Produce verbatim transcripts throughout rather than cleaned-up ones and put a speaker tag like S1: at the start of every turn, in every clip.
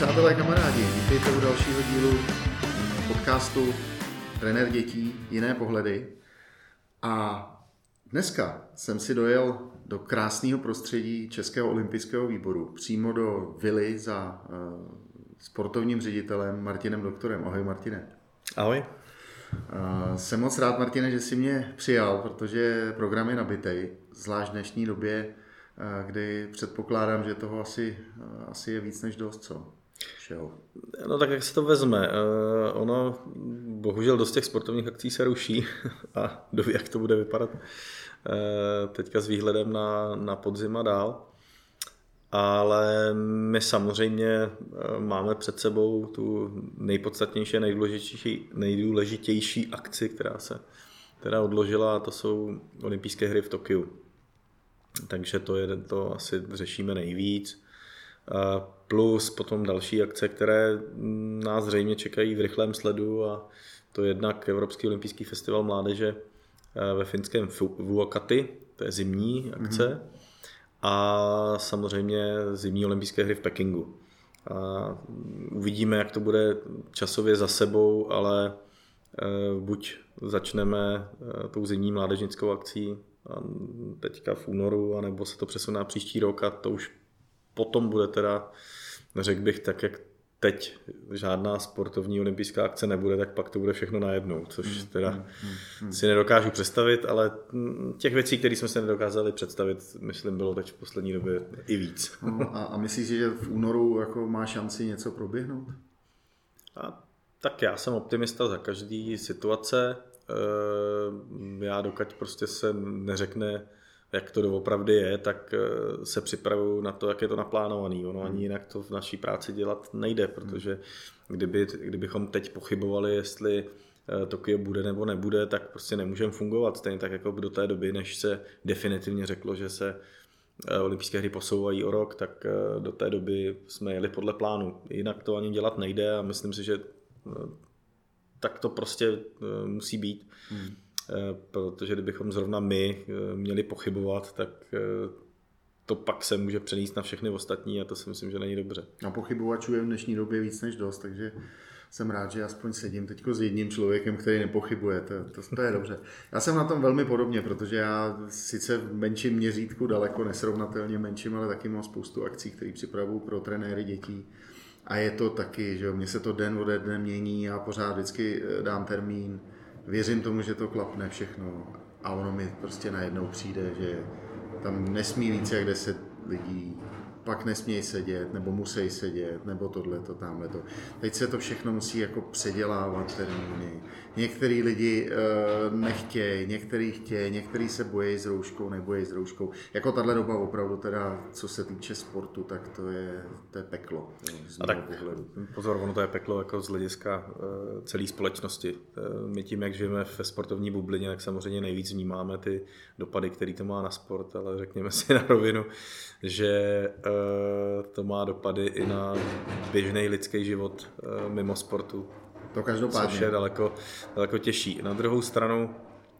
S1: přátelé, kamarádi, vítejte u dalšího dílu podcastu Trenér dětí, jiné pohledy. A dneska jsem si dojel do krásného prostředí Českého olympijského výboru, přímo do vily za uh, sportovním ředitelem Martinem Doktorem. Ahoj, Martine.
S2: Ahoj.
S1: Uh, jsem moc rád, Martine, že jsi mě přijal, protože program je nabitej, zvlášť v dnešní době, uh, kdy předpokládám, že toho asi, uh, asi je víc než dost, co? Všeho.
S2: No tak jak se to vezme, uh, ono bohužel dost těch sportovních akcí se ruší a doví, jak to bude vypadat uh, teďka s výhledem na, na podzim a dál. Ale my samozřejmě máme před sebou tu nejpodstatnější a nejdůležitější, nejdůležitější akci, která se teda odložila, a to jsou olympijské hry v Tokiu. Takže to, je, to asi řešíme nejvíc. Plus potom další akce, které nás zřejmě čekají v rychlém sledu, a to je jednak Evropský olympijský festival mládeže ve finském Vuokatti, to je zimní akce, mm-hmm. a samozřejmě zimní olympijské hry v Pekingu. A uvidíme, jak to bude časově za sebou, ale buď začneme tou zimní mládežnickou akcí teďka v únoru, anebo se to přesune na příští rok, a to už potom bude teda, řekl bych, tak jak teď žádná sportovní olympijská akce nebude, tak pak to bude všechno najednou, což teda mm, mm, mm. si nedokážu představit, ale těch věcí, které jsme se nedokázali představit, myslím, bylo teď v poslední době i víc.
S1: No, a, a myslíš, že v únoru jako má šanci něco proběhnout?
S2: A, tak já jsem optimista za každý situace. E, já dokud prostě se neřekne, jak to doopravdy je, tak se připravuju na to, jak je to naplánovaný. Ono ani jinak to v naší práci dělat nejde, protože kdyby, kdybychom teď pochybovali, jestli Tokio bude nebo nebude, tak prostě nemůžeme fungovat. Stejně tak jako do té doby, než se definitivně řeklo, že se olympijské hry posouvají o rok, tak do té doby jsme jeli podle plánu. Jinak to ani dělat nejde a myslím si, že tak to prostě musí být. Hmm. Protože kdybychom zrovna my měli pochybovat, tak to pak se může přenést na všechny ostatní, a to si myslím, že není dobře.
S1: A pochybovačů je v dnešní době víc než dost, takže jsem rád, že aspoň sedím teďko s jedním člověkem, který nepochybuje. To, to, to je dobře. Já jsem na tom velmi podobně, protože já sice v menším měřítku, daleko nesrovnatelně menším, ale taky mám spoustu akcí, které připravuju pro trenéry dětí. A je to taky, že mně se to den ode dne mění, já pořád vždycky dám termín, věřím tomu, že to klapne všechno, a ono mi prostě najednou přijde, že tam nesmí víc jak deset lidí, pak nesmějí sedět, nebo musí sedět, nebo tohleto, tamhleto. Teď se to všechno musí jako předělávat termíny. Některý lidi e, nechtějí, některý chtějí, některý se bojí s rouškou, nebojí s rouškou. Jako tahle doba opravdu teda, co se týče sportu, tak to je, to je peklo. Z
S2: A tak pohledu. Pozor, ono to je peklo jako z hlediska e, celé společnosti. E, my tím, jak žijeme ve sportovní bublině, tak samozřejmě nejvíc vnímáme ty dopady, který to má na sport, ale řekněme si na rovinu, že e, to má dopady i na běžný lidský život mimo sportu.
S1: To každopádně.
S2: Což je daleko, daleko těžší. Na druhou stranu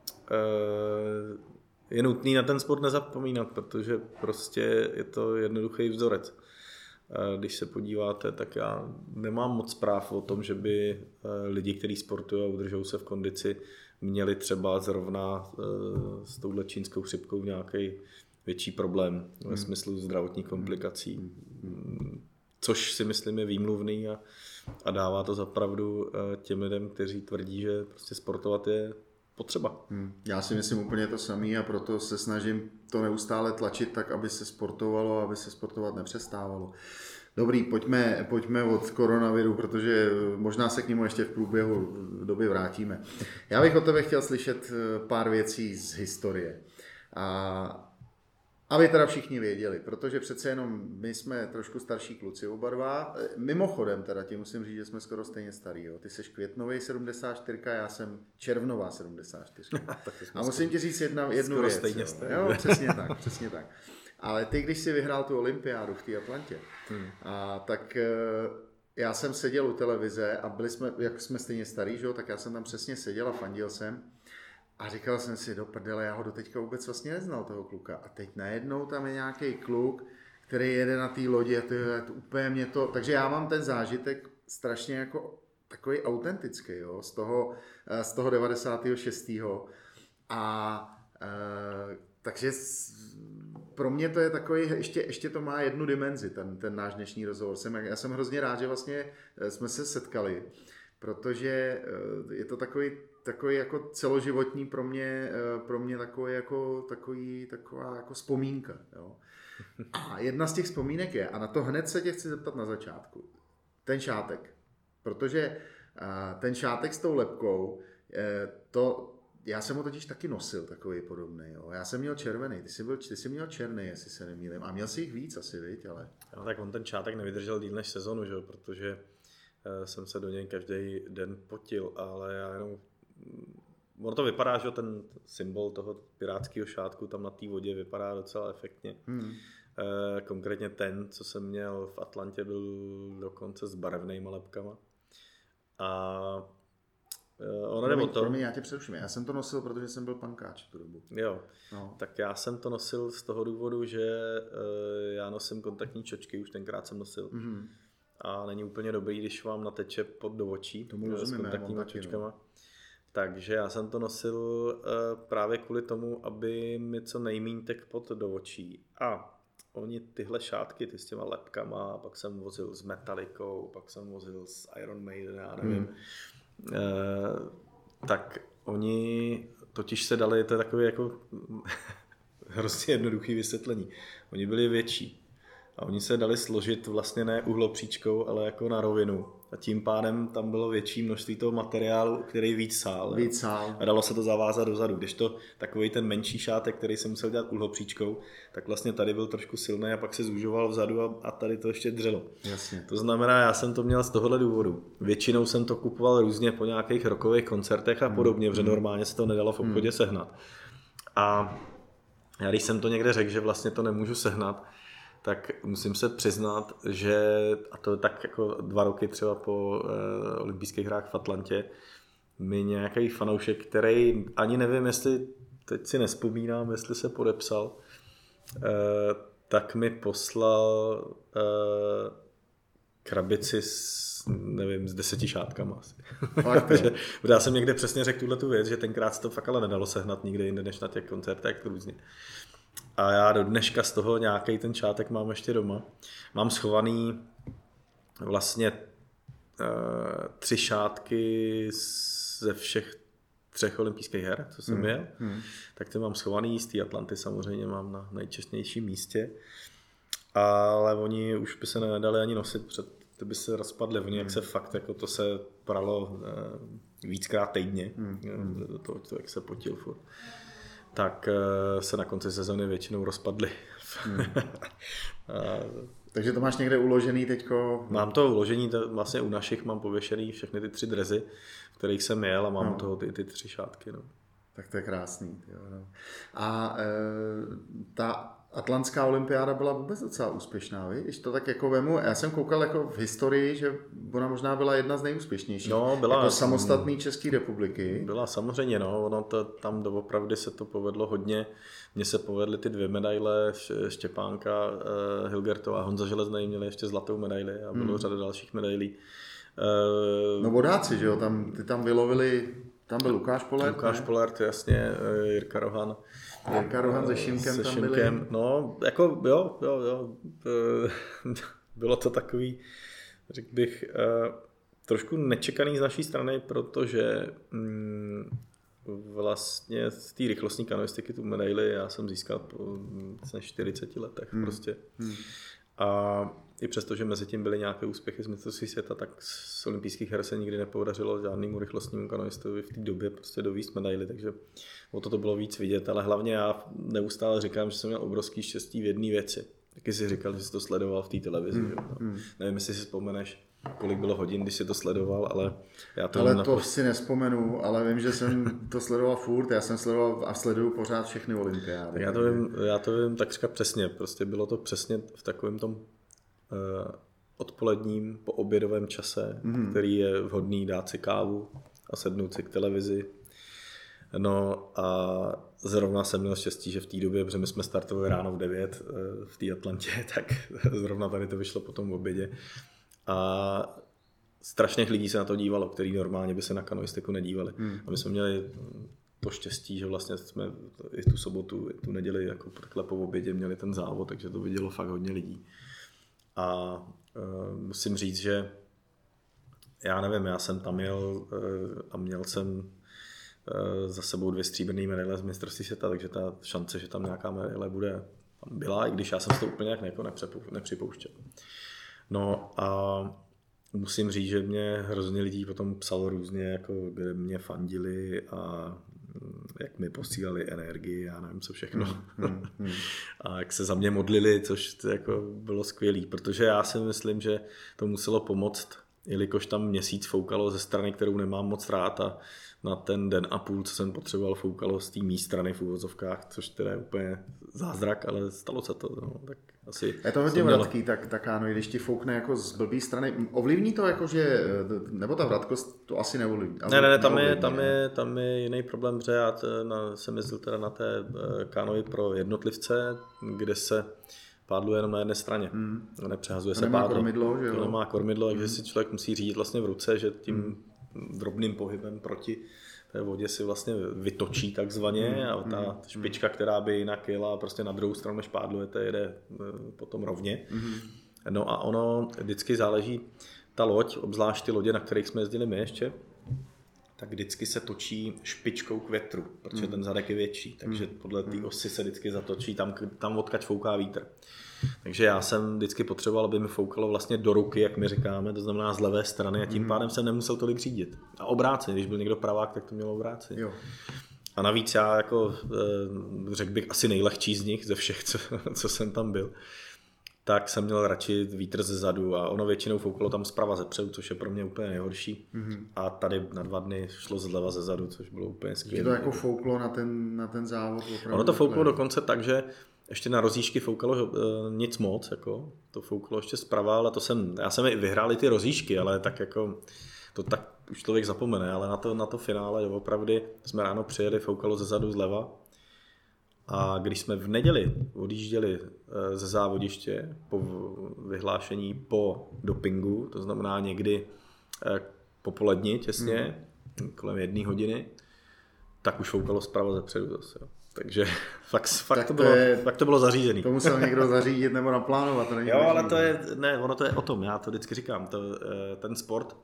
S2: je nutný na ten sport nezapomínat, protože prostě je to jednoduchý vzorec. Když se podíváte, tak já nemám moc zpráv o tom, že by lidi, kteří sportují a udržou se v kondici, měli třeba zrovna s touhle čínskou chřipkou nějaký větší problém ve hmm. smyslu zdravotních komplikací. Hmm. Což si myslím je výmluvný a, a dává to za pravdu těm lidem, kteří tvrdí, že prostě sportovat je potřeba.
S1: Hmm. Já si myslím úplně to samé, a proto se snažím to neustále tlačit tak, aby se sportovalo, aby se sportovat nepřestávalo. Dobrý, pojďme, pojďme od koronaviru, protože možná se k němu ještě v průběhu doby vrátíme. Já bych od tebe chtěl slyšet pár věcí z historie. A aby teda všichni věděli, protože přece jenom my jsme trošku starší kluci oba dva. Mimochodem teda ti musím říct, že jsme skoro stejně starý. Jo. Ty jsi květnový sedmdesát čtyři, já jsem červnová sedmdesát čtyři. A musím ti říct jedna, jednu věc.
S2: Stejně
S1: jo. Jo, přesně tak, přesně tak. Ale ty, když jsi vyhrál tu olympiádu v té Atlantě, hmm. a, tak já jsem seděl u televize a byli jsme, jak jsme stejně starý, že jo, tak já jsem tam přesně seděl a fandil jsem. A říkal jsem si, do prdele, já ho doteďka vůbec vlastně neznal, toho kluka. A teď najednou tam je nějaký kluk, který jede na té lodi a to je to úplně mě to, takže já mám ten zážitek strašně jako takový autentický, jo, z toho, z toho devadesátého šestého A e, takže pro mě to je takový, ještě, ještě to má jednu dimenzi, ten, ten náš dnešní rozhovor. Jsem, já jsem hrozně rád, že vlastně jsme se setkali, protože je to takový, takový jako celoživotní pro mě, pro mě takový jako, takový, taková jako vzpomínka. Jo. A jedna z těch vzpomínek je, a na to hned se tě chci zeptat na začátku, ten šátek. Protože ten šátek s tou lebkou, to, já jsem ho totiž taky nosil takový podobný. Jo. Já jsem měl červený, ty jsi, byl, ty jsi měl černý, jestli se nemýlím. A měl jsi jich víc asi, viď, ale...
S2: No, tak on ten šátek nevydržel díl než sezonu, že? Protože uh, jsem se do něj každý den potil, ale já jenom... Ono to vypadá, že ten symbol toho pirátského šátku tam na té vodě vypadá docela efektně. Hmm. Uh, konkrétně ten, co jsem měl v Atlantě, byl dokonce s barevnýma lebkama. A Ono
S1: promiň, to... promiň, já tě přeruším. Já jsem to nosil, protože jsem byl pankáč v tu dobu.
S2: Jo, no. Tak já jsem to nosil z toho důvodu, že uh, já nosím kontaktní čočky, už tenkrát jsem nosil. Mm-hmm. A není úplně dobrý, když vám nateče pod do očí s kontaktníma čočkama. No. Takže já jsem to nosil uh, právě kvůli tomu, aby mi co nejméně tek pod do očí. A oni tyhle šátky, ty s těma lepkama, pak jsem vozil s Metallicou, pak jsem vozil s Iron Maiden, já nevím. Mm. Uh, tak oni totiž se dali, to je takové jako hrozně jednoduché vysvětlení. Oni byli větší a oni se dali složit vlastně ne uhlopříčkou, ale jako na rovinu. A tím pádem tam bylo větší množství toho materiálu, který víc sál.
S1: Víc sál.
S2: A dalo se to zavázat dozadu. Když to takový ten menší šátek, který jsem musel dělat uhlopříčkou, tak vlastně tady byl trošku silný a pak se zužoval vzadu a, a tady to ještě dřelo.
S1: Jasně.
S2: To znamená, já jsem to měl z tohohle důvodu. Většinou jsem to kupoval různě po nějakých rockových koncertech a podobně, protože normálně se to nedalo v obchodě sehnat. A já když jsem to někde řekl, že vlastně to nemůžu sehnat, tak musím se přiznat, že, a to je tak jako dva roky třeba po eh, olympijských hrách v Atlantě, mi nějaký fanoušek, který ani nevím, jestli, teď si nespomínám, jestli se podepsal, eh, tak mi poslal eh, krabici s, nevím, s deseti šátkama asi. Protože já jsem někde přesně řekl tuhle tu věc, že tenkrát se to fakt ale nedalo sehnat nikde jinde, než na těch koncertech různě. A já do dneška z toho nějaký ten šátek mám ještě doma. Mám schovaný vlastně uh, tři šátky ze všech třech olympijských her, co jsem hmm. měl. Hmm. Tak ty mám schovaný, z té Atlanty samozřejmě mám na nejčestnějším místě. Ale oni už by se nedali ani nosit, před, ty by se rozpadly. Oni, hmm. jak se fakt, jako to se pralo uh, víckrát týdně, hmm. to, to, to, jak se potil furt. Tak se na konci sezóny většinou rozpadly. Hmm.
S1: Takže to máš někde uložený teďko?
S2: Mám to uložený, to vlastně u našich mám pověšený všechny ty tři drezy, v kterých jsem jel a mám no. u toho ty, ty tři šátky. No.
S1: Tak to je krásný. Jo, no. A e, ta atlantská olympiáda byla vůbec docela úspěšná, víš? To tak jako vemu, já jsem koukal jako v historii, že ona možná byla jedna z nejúspěšnějších.
S2: No, byla
S1: jako samostatný České republiky.
S2: Byla samozřejmě, no, ono to, tam doopravdy se to povedlo hodně. Mně se povedly ty dvě medaile, Štěpánka uh, Hilgertová a Honza Železnej měli ještě zlatou medaili a bylo hmm. řada dalších medailí.
S1: Uh, no vodáci, že jo, tam, ty tam vylovili, tam byl Lukáš Polert.
S2: Lukáš Polert, jasně, Jirka Rohan.
S1: Jirka Rohan se Šimkem
S2: se
S1: tam
S2: Šimkem,
S1: byli.
S2: No, jako jo, jo, jo. Bylo to takový, řekl bych, trošku nečekaný z naší strany, protože mm, vlastně z té rychlostní kanoistiky tu medaili já jsem získal po čtyřiceti letech hmm. prostě. Hmm. A i přesto, že mezi tím byly nějaké úspěchy z mistrovství světa, tak z olympijských her se nikdy nepodařilo žádnému rychlostnímu kanoistovi v té době prostě dovízt medaily, takže o to to bylo víc vidět, ale hlavně já neustále říkám, že jsem měl obrovský štěstí v jedné věci. Taky si říkal, že jsi to sledoval v té televizi. Hmm. No. Nevím, jestli si vzpomeneš, kolik bylo hodin, když jsi to sledoval, ale já to...
S1: Ale to si nespomenu, ale vím, že jsem to sledoval furt, já jsem sledoval a sleduju pořád všechny olympiády.
S2: Já to vím, já to vím takřka přesně, prostě bylo to přesně v takovém tom uh, odpoledním po obědovém čase, mm. který je vhodný dát si kávu a sednout si k televizi. No a zrovna jsem měl štěstí, že v té době, protože my jsme startovali ráno v devět v té Atlantě, tak zrovna tady to vyšlo po tom obědě. A strašných lidí se na to dívalo, který normálně by se na kanoistiku nedívali. Hmm. A my jsme měli to štěstí, že vlastně jsme i tu sobotu, i tu neděli jako takhle po obědě měli ten závod, takže to vidělo fakt hodně lidí. A uh, musím říct, že já nevím, já jsem tam jel uh, a měl jsem uh, za sebou dvě stříbrné medaile z mistrovství světa, takže ta šance, že tam nějaká medaile bude, tam byla, i když já jsem to úplně jak jako nepřipouštěl. No a musím říct, že mě hrozně lidí potom psalo různě, jako kde mě fandili a jak mi posílali energii, já nevím co všechno. Hmm, hmm. A jak se za mě modlili, což jako bylo skvělý, protože já si myslím, že to muselo pomoct, jelikož tam měsíc foukalo ze strany, kterou nemám moc rád a na ten den a půl, co jsem potřeboval, foukalo z té mý strany v úvozovkách, což teda je úplně zázrak, ale stalo se to. No, tak asi
S1: je to hodně vratký, tak, tak ano, když ti foukne jako z blbý strany, ovlivní to jako, že, nebo ta vratkost to asi neovlivní.
S2: Ne, ne, ne, tam je, tam je, tam je jiný problém, že já na, jsem jezdil teda na té kánoji pro jednotlivce, kde se pádluje jenom na jedné straně. Hmm. Nepřehazuje
S1: to
S2: se
S1: nemá
S2: pádlo.
S1: Kormidlo, že jo?
S2: To nemá kormidlo, takže hmm. si člověk musí řídit vlastně v ruce, že tím hmm. drobným pohybem proti té vodě si vlastně vytočí takzvaně hmm. a ta špička, která by jinak jela prostě na druhou stranu, než pádlujete, jede potom rovně. Hmm. No a ono vždycky záleží, ta loď, obzvlášť ty lodě, na kterých jsme jezdili my ještě, tak vždycky se točí špičkou k větru, protože hmm. ten zadek je větší, takže podle té osy se vždycky zatočí tam, tam odkud fouká vítr. Takže já jsem vždycky potřeboval, aby mi foukalo vlastně do ruky, jak my říkáme, to znamená z levé strany a tím mm. pádem jsem nemusel tolik řídit. A obráceně, když byl někdo pravák, tak to mělo obráceně. Jo. A navíc já jako řekl bych asi nejlehčí z nich, ze všech, co, co jsem tam byl, tak jsem měl radši vítr ze zadu a ono většinou foukalo tam zprava ze předu, což je pro mě úplně nejhorší. Mm-hmm. A tady na dva dny šlo zleva ze zadu, což bylo úplně skvělé.
S1: Že to jako fouklo na ten, na ten závod?
S2: Ono to fouklo dokonce tak, že ještě na rozjížďky foukalo uh, nic moc, jako, to fouklo ještě zprava, ale to jsem, já jsem i vyhrál i ty rozjížďky, ale tak jako, to tak už člověk zapomene, ale na to, na to finále opravdu jsme ráno přijeli, foukalo ze zadu zleva a když jsme v neděli odjížděli uh, ze závodiště po vyhlášení po dopingu, to znamená někdy uh, popoledni těsně, mm. kolem jedné hodiny, tak už foukalo zprava ze předu zase, jo. Takže fakt, fakt,
S1: tak
S2: to,
S1: to,
S2: bylo,
S1: je,
S2: fakt to bylo zařízený.
S1: To musel někdo zařídit nebo naplánovat. To není
S2: jo, ale to je, ne, ono to je o tom, já to vždycky říkám, to, ten sport,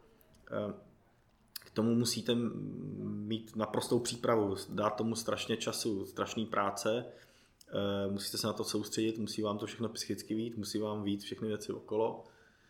S2: k tomu musíte mít naprostou přípravu, dát tomu strašně času, strašný práce, musíte se na to soustředit, musí vám to všechno psychicky vít, musí vám vít všechny věci okolo,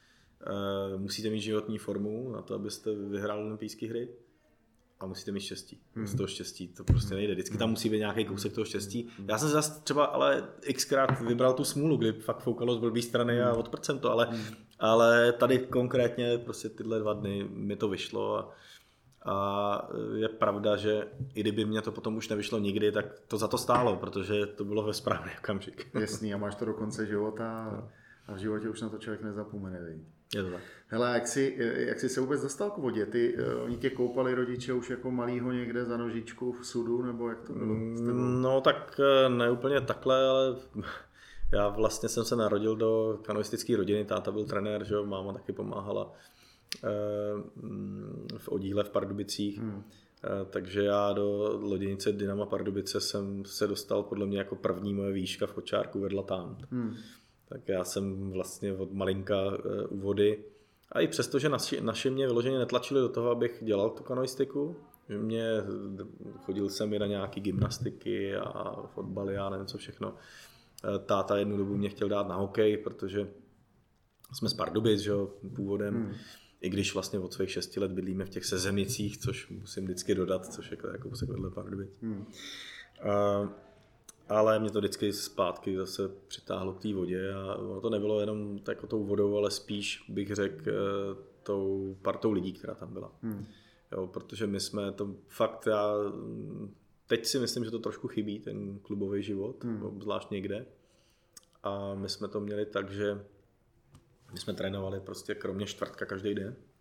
S2: musíte mít životní formu na to, abyste vyhráli olympijské hry. A musíte mít štěstí. Hmm. Z toho štěstí to prostě nejde. Vždycky tam musí být nějaký kousek toho štěstí. Já jsem zase třeba ale xkrát vybral tu smůlu, kdy fakt foukalo z blbý strany a odprcem to, ale, hmm. ale tady konkrétně prostě tyhle dva dny mi to vyšlo a, a je pravda, že i kdyby mě to potom už nevyšlo nikdy, tak to za to stálo, protože to bylo ve správný okamžik.
S1: Jasný, a máš to do konce života no. a v životě už na to člověk nezapomene. Viď?
S2: Je to tak.
S1: Hele, jak jsi, jak jsi se vůbec dostal k vodě? Ty, oni tě koupali rodiče už jako malýho někde za nožičku v sudu, nebo jak to bylo?
S2: No tak ne úplně takhle, ale já vlastně jsem se narodil do kanoistické rodiny, táta byl trenér, že jo, máma taky pomáhala v oddíle v Pardubicích, hmm. takže já do loděnice Dynama Pardubice jsem se dostal podle mě jako první moje výška v kočárku vedla tam. Hmm. Tak já jsem vlastně od malinka u vody a i přesto, že naši, naši mě vyloženě netlačili do toho, abych dělal tu kanoistiku, že mě, chodil jsem i na nějaký gymnastiky a fotbaly a nevím co všechno. Táta jednu dobu mě chtěl dát na hokej, protože jsme z Pardubic, že jo, původem, hmm. i když vlastně od svých šesti let bydlíme v těch Sezemnicích, což musím vždycky dodat, což je jako kousek vedle Pardubic. Hmm. Uh, Ale mě to vždycky zpátky zase přitáhlo k té vodě a ono to nebylo jenom jako tou vodou, ale spíš bych řekl tou partou lidí, která tam byla. Hmm. Jo, protože my jsme to fakt, já teď si myslím, že to trošku chybí, ten klubový život, hmm. obzvlášť někde. A my jsme to měli tak, že my jsme trénovali prostě kromě čtvrtka každý den.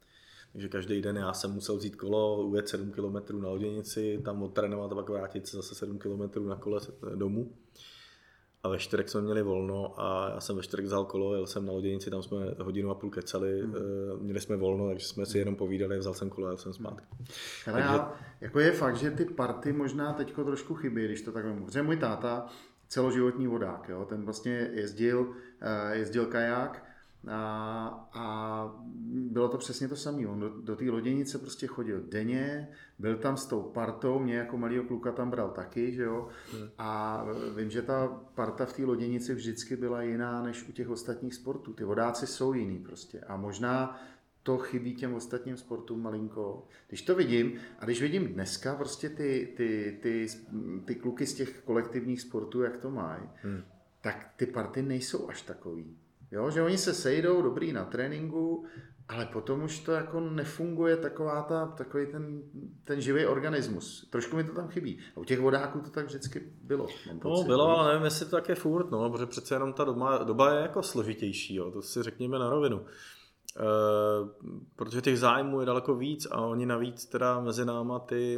S2: Takže každý den já jsem musel vzít kolo, ujet sedm kilometrů na loděnici, tam odtrénovat a pak vrátit se zase sedm kilometrů na kole domů. A ve čtvrtek jsme měli volno a já jsem ve čtvrtek vzal kolo, jel jsem na loděnici, tam jsme hodinu a půl kecali, hmm. měli jsme volno, takže jsme si jenom povídali, vzal jsem kolo a jel jsem zpátky.
S1: Ale takže... já, jako je fakt, že ty party možná teďko trošku chybí, když to tak vemu. Protože můj táta, celoživotní vodák, jo, ten vlastně jezdil, jezdil kaják, A, a bylo to přesně to samé. On do, do té loděnice prostě chodil denně, byl tam s tou partou, mě jako malýho kluka tam bral taky, že jo. Hmm. A vím, že ta parta v té loděnici vždycky byla jiná než u těch ostatních sportů. Ty vodáci jsou jiný prostě. A možná to chybí těm ostatním sportům malinko. Když to vidím, a když vidím dneska prostě ty, ty, ty, ty kluky z těch kolektivních sportů, jak to mají, hmm. tak ty party nejsou až takový. Jo, že oni se sejdou, dobrý na tréninku, ale potom už to jako nefunguje taková ta, takový ten, ten živý organismus. Trošku mi to tam chybí. A u těch vodáků to tak vždycky bylo.
S2: No bylo, ale nevím, jestli to tak je furt, no, protože přece jenom ta doba, doba je jako složitější, jo, to si řekněme na rovinu. E, protože těch zájmů je daleko víc a oni navíc teda mezi náma ty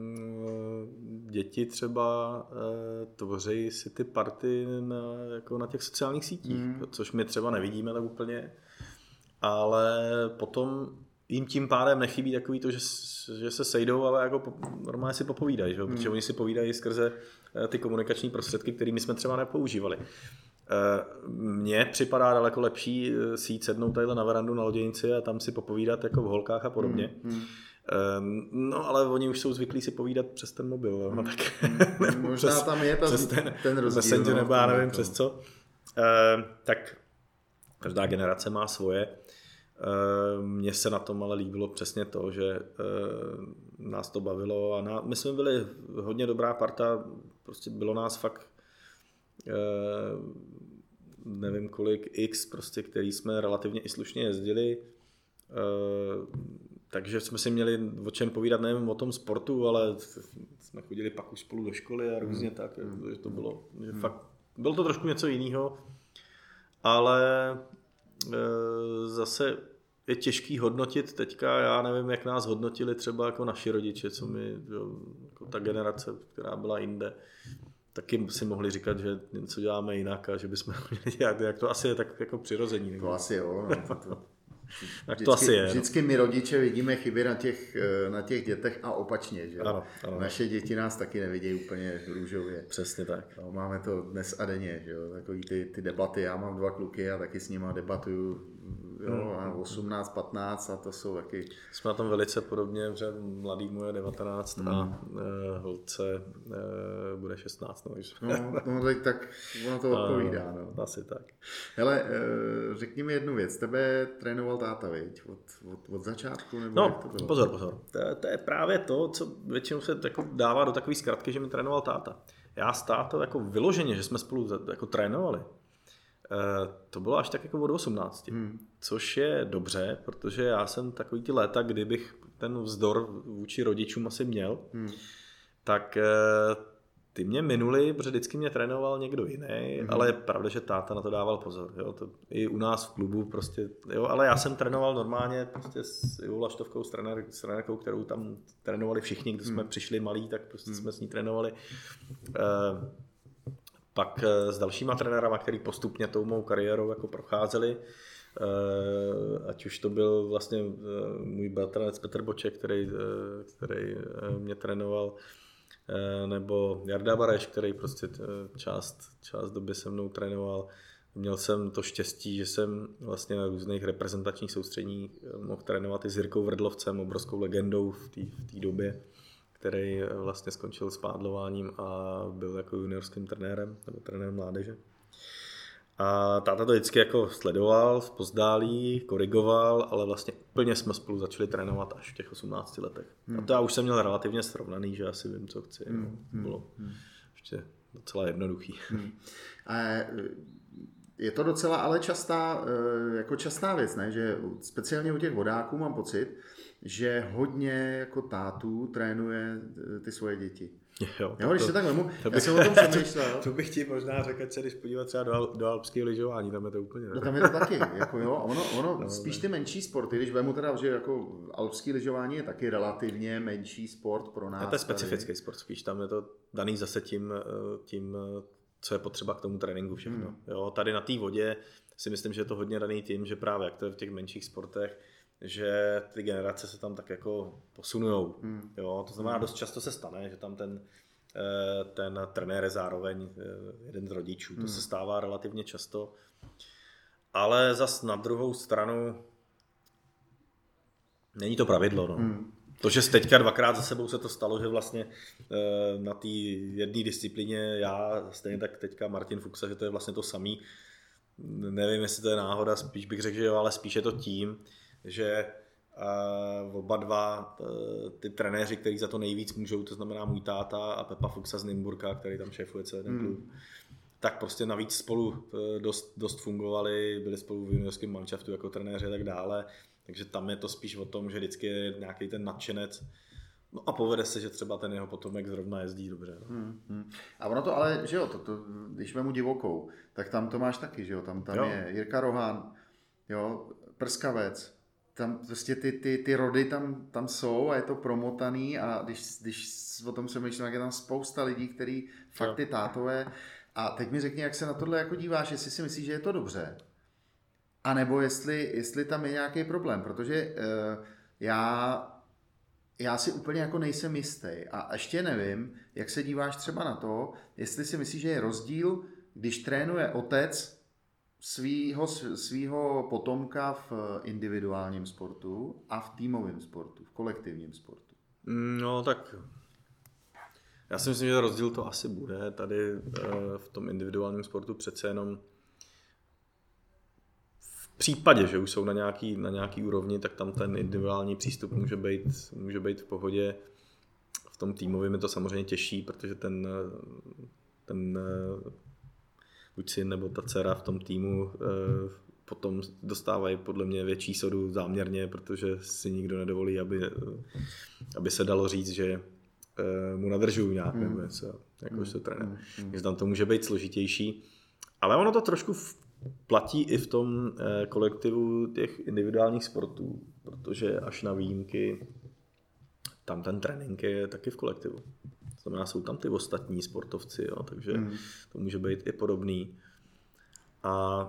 S2: mm, děti třeba e, tvoří si ty party na, jako na těch sociálních sítích, mm. což my třeba nevidíme tak úplně, ale potom jim tím pádem nechybí takový to, že, že se sejdou, ale jako po, normálně si popovídají, že? Mm. Protože oni si povídají skrze ty komunikační prostředky, kterými jsme třeba nepoužívali. Mně připadá daleko lepší si jít sednout tadyhle na verandu na loděnici a tam si popovídat jako v holkách a podobně. Hmm, hmm. No ale oni už jsou zvyklí si povídat přes ten mobil. Hmm. No, tak,
S1: hmm. Možná přes, tam je ta,
S2: přes ten,
S1: ten rozdíl.
S2: Messenger,
S1: no,
S2: nebo já nevím přes co. E, tak každá generace má svoje. E, mně se na tom ale líbilo přesně to, že e, nás to bavilo a na, my jsme byli hodně dobrá parta, prostě bylo nás fakt nevím kolik x, prostě, který jsme relativně i slušně jezdili, takže jsme si měli o čem povídat, nevím o tom sportu, ale jsme chodili pak už spolu do školy a různě hmm. tak, že to bylo, že hmm. fakt, bylo to trošku něco jiného, ale zase je těžký hodnotit teďka, já nevím, jak nás hodnotili třeba jako naši rodiče, co my, jako ta generace, která byla jinde, taky si mohli říkat, že něco děláme jinak a že bychom měli dělat, jak to asi je tak jako přirození.
S1: To asi jo. No, to, to.
S2: Tak
S1: vždycky,
S2: to asi je.
S1: Vždycky my rodiče vidíme chyby na těch, na těch dětech a opačně. Že?
S2: Ano, ano.
S1: Naše děti nás taky nevidí úplně růžově.
S2: Přesně tak.
S1: No, máme to dnes a denně. Že? Takový ty, ty debaty. Já mám dva kluky a taky s nima debatuju. Jo, a osmnáct, patnáct a to jsou taky...
S2: Jsme na tom velice podobně, že mladý mu je devatenáct mm. a e, holce e, bude šestnáct. No,
S1: no, no tak, tak ono to odpovídá. No.
S2: Asi tak.
S1: Hele, e, řekni mi jednu věc. Tebe trénoval táta, viď? Od, od, od začátku? Nebo
S2: no,
S1: jak to bylo?
S2: pozor, pozor. To, to je právě to, co většinou se jako dává do takové zkratky, že mi trénoval táta. Já s tátou jako vyloženě, že jsme spolu jako trénovali, to bylo až tak jako od osmnácti, hmm. což je dobře, protože já jsem takový ty léta, kdybych ten vzdor vůči rodičům asi měl, hmm. tak ty mě minuli, protože vždycky mě trénoval někdo jiný, hmm. ale je pravda, že táta na to dával pozor. Jo? To i u nás v klubu prostě, jo? Ale já jsem trénoval normálně prostě s Ivou Laštovkou, s trenérkou, kterou tam trénovali všichni, když jsme hmm. přišli malí, tak prostě hmm. jsme s ní trénovali. Pak s dalšíma trenérama, který postupně tou mou kariérou jako procházeli, ať už to byl vlastně můj bratranec Petr Boček, který, který mě trénoval, nebo Jarda Bareš, který prostě část, část doby se mnou trénoval. Měl jsem to štěstí, že jsem vlastně na různých reprezentačních soustředních mohl trénovat i s Jirkou Vrdlovcem, obrovskou legendou v té v té době, který vlastně skončil s pádlováním a byl jako juniorským trenérem, nebo trenérem mládeže. A táta to vždycky jako sledoval, zpozdálí, korigoval, ale vlastně úplně jsme spolu začali trénovat až v těch osmnácti letech. Hmm. A to já už jsem měl relativně srovnaný, že asi vím, co chci. Hmm. Bylo hmm. ještě docela jednoduchý.
S1: Hmm. A je to docela ale častá, jako častá věc, ne? Že speciálně u těch vodáků mám pocit, že hodně jako tátů trénuje ty svoje děti.
S2: Jo,
S1: jo, když
S2: to,
S1: se tak vemu,
S2: to
S1: já jsem o tom přemýšlel.
S2: To, to bych ti možná řekl, se když podívat třeba do, do alpského lyžování, tam je to úplně.
S1: No tam je to taky, jako jo, ono, ono no, spíš ty menší sporty, když vemu teda, že jako alpský lyžování je taky relativně menší sport pro nás.
S2: A to je specifický tady. Sport, spíš tam je to daný zase tím, tím co je potřeba k tomu tréninku všechno. Hmm. Jo, tady na té vodě si myslím, že je to hodně daný tím, že právě jak to je v těch menších sportech, že ty generace se tam tak jako posunujou. Hmm. Jo, to znamená, dost často se stane, že tam ten, ten trenér je zároveň jeden z rodičů. Hmm. To se stává relativně často. Ale zas na druhou stranu není to pravidlo. No. Hmm. To, že teďka dvakrát za sebou se to stalo, že vlastně na té jedné disciplíně já, stejně tak teďka Martin Fuchsa, že to je vlastně to samý. Nevím, jestli to je náhoda, spíš bych řekl, že jo, ale spíš je to tím, že uh, oba dva uh, ty trenéři, kteří za to nejvíc můžou, to znamená můj táta a Pepa Fuchsa z Nymburka, který tam šéfuje celý ten klub, hmm. tak prostě navíc spolu uh, dost, dost fungovali, byli spolu v juniorském manšaftu jako trenéři a tak dále, takže tam je to spíš o tom, že vždycky je nějaký ten nadšenec. No a povede se, že třeba ten jeho potomek zrovna jezdí dobře. No. Hmm,
S1: hmm. A ono to ale, že jo, to, to, když vemu divokou, tak tam to máš taky, že jo, tam, tam jo. je Jirka Rohan, jo, Prskavec, tam prostě ty, ty, ty rody tam, tam jsou a je to promotaný a když, když o tom přemýšlím, tak je tam spousta lidí, kteří fakt ty tátové. A teď mi řekni, jak se na tohle jako díváš, jestli si myslíš, že je to dobře, anebo jestli, jestli tam je nějaký problém, protože uh, já Já si úplně jako nejsem jistý a ještě nevím, jak se díváš třeba na to, jestli si myslíš, že je rozdíl, když trénuje otec svýho, svýho potomka v individuálním sportu a v týmovém sportu, v kolektivním sportu.
S2: No tak já si myslím, že rozdíl to asi bude. Tady v tom individuálním sportu přece jenom v případě, že už jsou na nějaký, na nějaký úrovni, tak tam ten individuální přístup může být, může být v pohodě. V tom týmovém je to samozřejmě těžší, protože ten, ten buď syn nebo ta dcera v tom týmu potom dostávají podle mě větší sodu záměrně, protože si nikdo nedovolí, aby, aby se dalo říct, že mu nadržují nějak mm. nebo něco, jakožto mm. trenér. Mm. Takže tam to může být složitější, ale ono to trošku platí i v tom kolektivu těch individuálních sportů, protože až na výjimky tam ten trénink je taky v kolektivu. To znamená, jsou tam ty ostatní sportovci, jo, takže mm. to může být i podobný. A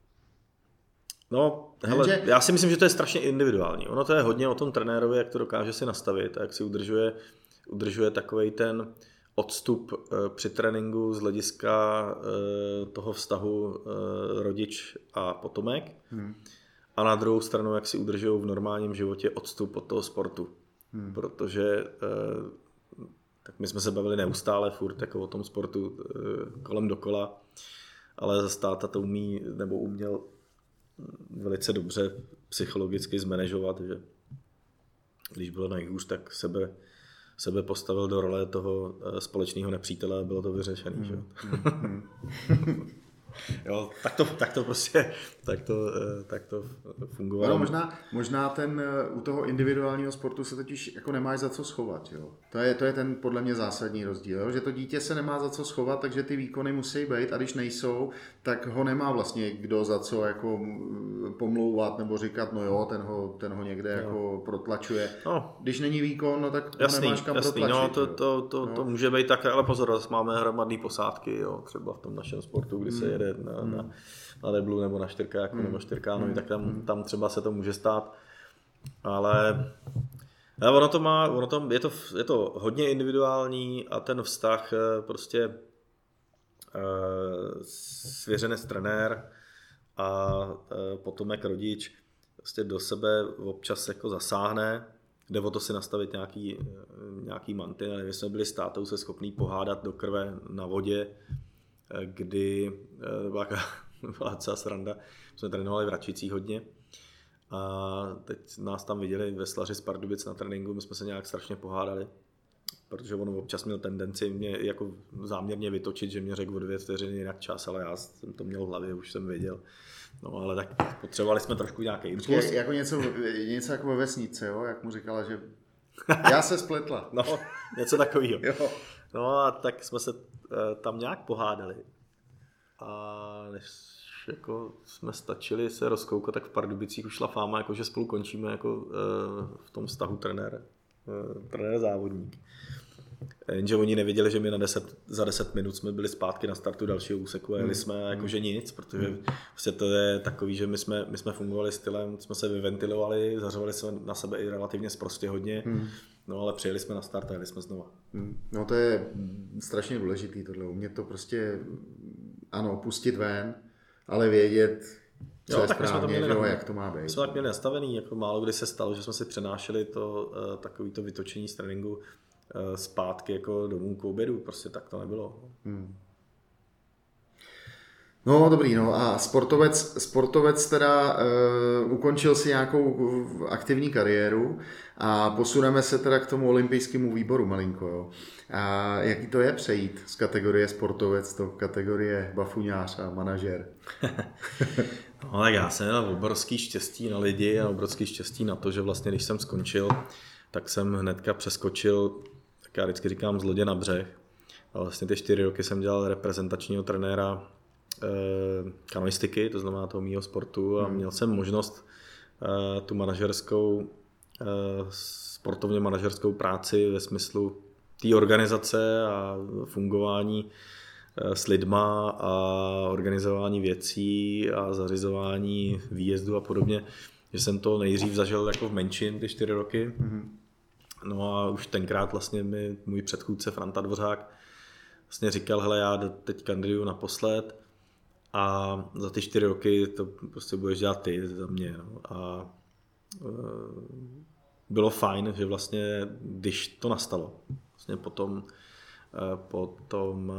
S2: no, hele, Jenže... já si myslím, že to je strašně individuální. Ono to je hodně o tom trenérovi, jak to dokáže si nastavit a jak si udržuje, udržuje takovej ten odstup při tréninku z hlediska toho vztahu rodič a potomek. Hmm. A na druhou stranu, jak si udržují v normálním životě odstup od toho sportu. Hmm. Protože tak my jsme se bavili neustále furt jako o tom sportu kolem dokola, ale zase táta to umí nebo uměl velice dobře psychologicky zmanéžovat, že když bylo nejhůř, tak sebe sebe postavil do role toho společného nepřítele a bylo to vyřešené. Mm, že? mm, mm. Jo, tak to, tak to prostě tak to, tak to fungovalo.
S1: No, možná, možná ten, u toho individuálního sportu se totiž jako nemáš za co schovat. Jo? To, je, to je ten podle mě zásadní rozdíl, jo? Že to dítě se nemá za co schovat, takže ty výkony musí být a když nejsou, tak ho nemá vlastně kdo za co jako pomlouvat nebo říkat, no jo, ten ho, ten ho někde jo. jako protlačuje. No. Když není výkon, no tak jasný, ho nemáš kam jasný, protlačit.
S2: No, to, to, to, to může být tak, ale pozor, máme hromadné posádky, jo? Třeba v tom našem sportu, kdy se jede na, hmm. na, na deblu nebo na čtyřkáku hmm. nebo čtyřkánovi, hmm. tak tam, tam třeba se to může stát. Ale, ale ono to má, ono to, je, to, je to hodně individuální a ten vztah prostě uh, svěřenec trenér a uh, potomek rodič prostě do sebe občas jako zasáhne. Jde o to si nastavit nějaký, nějaký mantinely. My jsme byli s tátou se schopní pohádat do krve na vodě, kdy byla, byla docela sranda, jsme trénovali v Račicích hodně a teď nás tam viděli veslaři z Pardubic na tréninku, my jsme se nějak strašně pohádali protože on občas měl tendenci mě jako záměrně vytočit, že mě řekl o dvě vteřiny jinak čas, ale já jsem to měl v hlavě, už jsem věděl. No ale tak potřebovali jsme trošku nějaký impuls.
S1: Jako něco, něco jako ve vesnice, jo? Jak mu říkala, že já se spletla.
S2: No, něco takového. No a tak jsme se uh, tam nějak pohádali. A než jako jsme stačili se rozkoukat, tak v Pardubicích už šla fáma, jako že spolu končíme jako, uh, v tom vztahu trenér, uh, trenér závodník. Jenže oni nevěděli, že my na deset, za deset minut jsme byli zpátky na startu dalšího úseku a jeli jsme jakože nic, protože mm. prostě to je takový, že my jsme, my jsme fungovali stylem, jsme se vyventilovali, zařovali jsme na sebe i relativně sprostě hodně, mm. no ale přijeli jsme na start a jeli jsme znova.
S1: Mm. No to je strašně důležitý tohle, umět to prostě, ano, pustit ven, ale vědět, co jo, je správně, že jo, jak to má být.
S2: Jsme tak měli nastavený, jako málo kdy se stalo, že jsme si přenášeli to, uh, takovýto vytočení z tréninku zpátky jako domů k obědu, prostě tak to nebylo. Hmm.
S1: No dobrý, no a sportovec, sportovec teda uh, ukončil si nějakou aktivní kariéru a posuneme se teda k tomu olympijskému výboru malinko, jo. A jaký to je přejít z kategorie sportovec do kategorie bafuňář a manažer?
S2: No tak já jsem měl obrovský štěstí na lidi a obrovský štěstí na to, že vlastně když jsem skončil, tak jsem hnedka přeskočil, tak já vždycky říkám, z lodě na břeh. A vlastně ty čtyři roky jsem dělal reprezentačního trenéra e, kanoistiky, to znamená toho mýho sportu a měl jsem možnost e, tu manažerskou, e, sportovně manažerskou práci ve smyslu té organizace a fungování e, s lidma a organizování věcí a zařizování výjezdu a podobně, že jsem to nejdřív zažil jako v menším ty čtyři roky. Mm-hmm. No a už tenkrát vlastně mi můj předchůdce Franta Dvořák vlastně říkal, hele, já teď kandiduju naposled a za ty čtyři roky to prostě budeš dělat ty za mě. No. A e, bylo fajn, že vlastně, když to nastalo, vlastně potom, e, po tom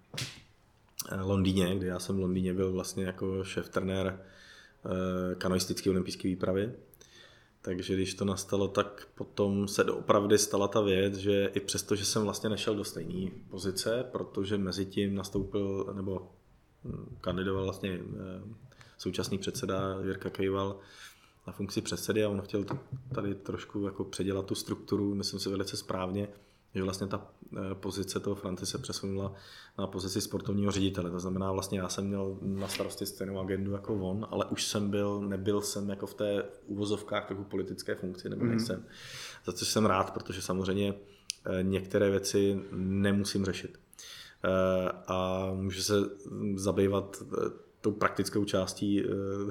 S2: e, Londýně, kdy já jsem v Londýně byl vlastně jako šéf-trenér e, kanoistické olympijské výpravy, takže když to nastalo, tak potom se doopravdy stala ta věc, že i přesto, že jsem vlastně nešel do stejné pozice, protože mezi tím nastoupil, nebo kandidoval vlastně současný předseda Jirka Kejval na funkci předsedy a on chtěl tady trošku jako předělat tu strukturu, myslím si velice správně, že vlastně ta pozice toho Franty se přesunula na pozici sportovního ředitele. To znamená, vlastně já jsem měl na starosti stejnou agendu jako on, ale už jsem byl, nebyl jsem jako v té uvozovkách trochu politické funkci, nebo nejsem. Za což jsem rád, protože samozřejmě některé věci nemusím řešit. A můžu se zabývat tou praktickou částí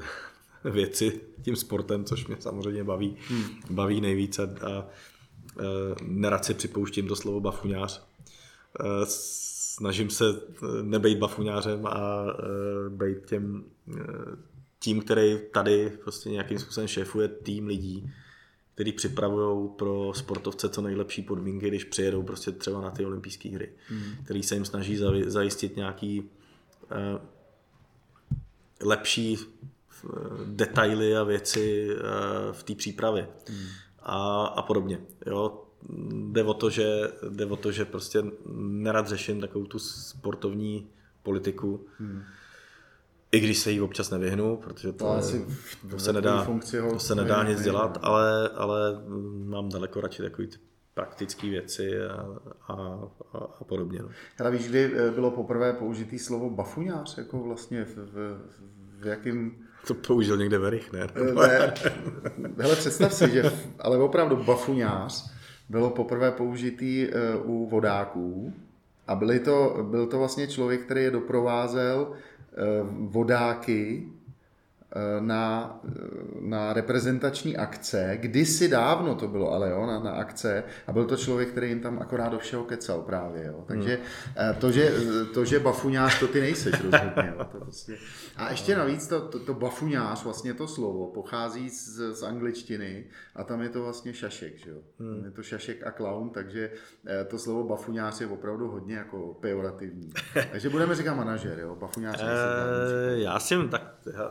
S2: věci, tím sportem, což mě samozřejmě baví, hmm. baví nejvíce. A nerad si připouštím to slovo bafuňář. Snažím se nebejt bafuňářem a být těm, tím, který tady prostě nějakým způsobem šéfuje tým lidí, který připravují pro sportovce co nejlepší podmínky, když přijedou prostě třeba na ty olympijské hry, hmm. který se jim snaží zajistit nějaký lepší detaily a věci v té přípravě. Hmm. A, a podobně. Jo. Jde o to, že, jde o to, že prostě nerad řeším takovou tu sportovní politiku, hmm. i když se jí občas nevyhnu, protože to, je, to se nedá, to se nedá nic dělat, ale, ale mám daleko radši takové ty praktické věci a, a, a, a podobně. No.
S1: Hele, víš, kdy bylo poprvé použitý slovo bafuňář, jako vlastně v, v, v jakým...
S2: To použil někde Verich, ne?
S1: ne. Hele, představ si, že ale opravdu bafuňář bylo poprvé použitý uh, u vodáků a byli to, byl to vlastně člověk, který je doprovázel uh, vodáky uh, na, na reprezentační akce. Kdysi dávno to bylo, ale jo, na, na akce a byl to člověk, který jim tam akorát do všeho kecal právě. Jo. Takže hmm. to, že, to, že bafuňář, to ty nejseš rozhodně. Jo. To vlastně... A ještě navíc to, to, to bafuňář, vlastně to slovo, pochází z, z angličtiny a tam je to vlastně šašek, že jo. Hmm. Je to šašek a klaun, takže to slovo bafuňář je opravdu hodně jako pejorativní. Takže budeme říkat manažer, jo, bafuňář.
S2: E, já si tak...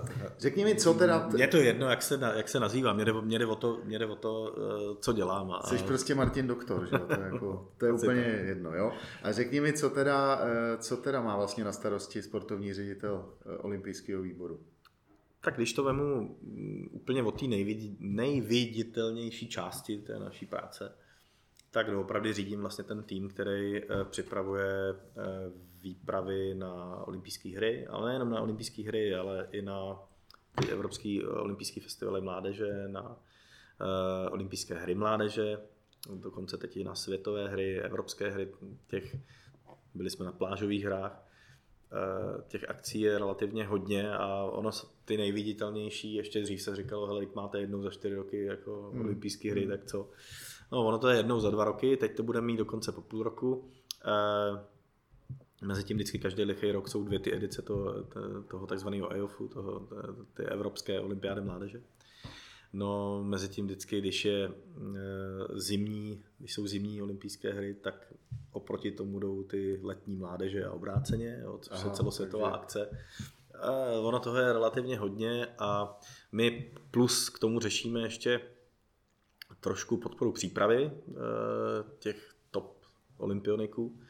S1: Řekni mi, co teda...
S2: Mně je to jedno, jak se, na, jak se nazývám, mě jde, mě jde o to, mě jde o to co dělám. A...
S1: Jsi prostě Martin Doktor, že jo? To je, jako, to je úplně jedno, jo? A řekni mi, co teda, co teda má vlastně na starosti sportovní ředitel olympijského výboru?
S2: Tak když to vemu úplně od té nejvidí, nejviditelnější části té naší práce, tak doopravdy řídím vlastně ten tým, který připravuje výpravy na olympijské hry, ale nejenom na olympijské hry, ale i na ty Evropský olympijský festivaly mládeže, na olympijské hry mládeže, dokonce teď i na světové hry, evropské hry, těch, byli jsme na plážových hrách. Těch akcí je relativně hodně a ono ty nejviditelnější, ještě dřív se říkalo, hele, máte jednou za čtyři roky jako hmm. olympijské hry, tak co? No, ono to je jednou za dva roky, teď to budeme mít dokonce po půl roku. Mezitím vždycky každý lichý rok jsou dvě ty edice toho, toho takzvaného E O F U, toho, ty Evropské olympiády mládeže. No, mezitím vždycky, když je zimní, když jsou zimní olympijské hry, tak oproti tomu jdou ty letní mládeže a obráceně, jo, což je celosvětová takže... akce. A ono toho je relativně hodně a my plus k tomu řešíme ještě trošku podporu přípravy těch top olympioniků.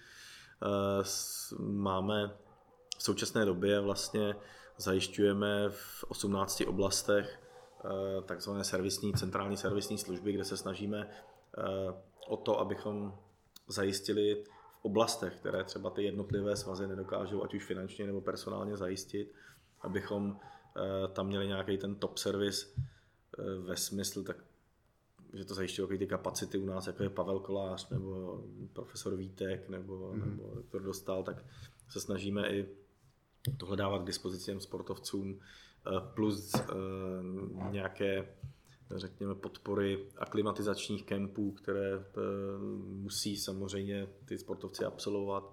S2: Máme v současné době vlastně zajišťujeme v osmnácti oblastech takzvané servisní, centrální servisní služby, kde se snažíme o to, abychom zajistili v oblastech, které třeba ty jednotlivé svazy nedokážou, ať už finančně nebo personálně zajistit, abychom tam měli nějaký ten top servis ve smyslu, tak, že to zajišťují ty kapacity u nás, jako je Pavel Kolář nebo profesor Vítek nebo, mm. nebo doktor Dostal, tak se snažíme i tohle dávat k dispozici těm sportovcům plus nějaké, řekněme, podpory aklimatizačních kempů, které musí samozřejmě ty sportovci absolvovat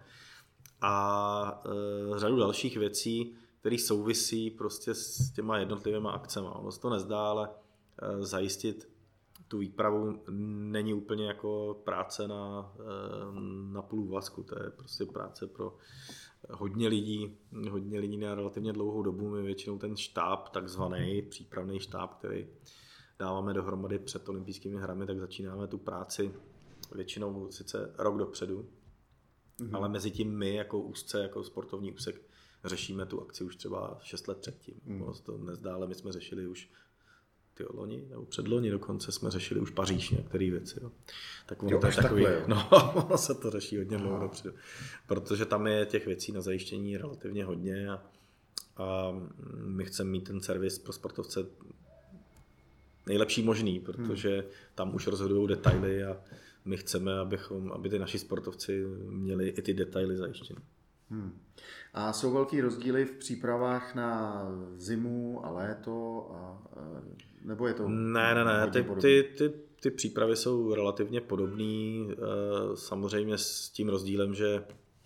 S2: a řadu dalších věcí, které souvisí prostě s těma jednotlivými akcemi. Ono se to nezdá, ale zajistit tu výpravu není úplně jako práce na, na půl úvazku, to je prostě práce pro hodně lidí, hodně lidí na relativně dlouhou dobu. My většinou ten štáb, takzvaný přípravný štáb, který dáváme dohromady před olympijskými hrami, tak začínáme tu práci většinou sice rok dopředu, mm-hmm. ale mezi tím my jako úzce, jako sportovní úsek řešíme tu akci už třeba šest let předtím. Mm. To nezdá, ale my jsme řešili už ty loni, nebo předloni dokonce jsme řešili už Paříž některé věci. Jo. Tak ono
S1: jo,
S2: to je takový,
S1: takhle,
S2: no, ono se to řeší hodně dlouho dopředu, protože tam je těch věcí na zajištění relativně hodně a, a my chceme mít ten servis pro sportovce nejlepší možný, protože hmm. tam už rozhodují detaily a my chceme, abychom, aby ty naši sportovci měli i ty detaily zajištěny.
S1: Hmm. A jsou velký rozdíly v přípravách na zimu a léto? A, nebo je to...
S2: Ne, ne, ne. Ty, ty, ty, ty přípravy jsou relativně podobné. Samozřejmě s tím rozdílem, že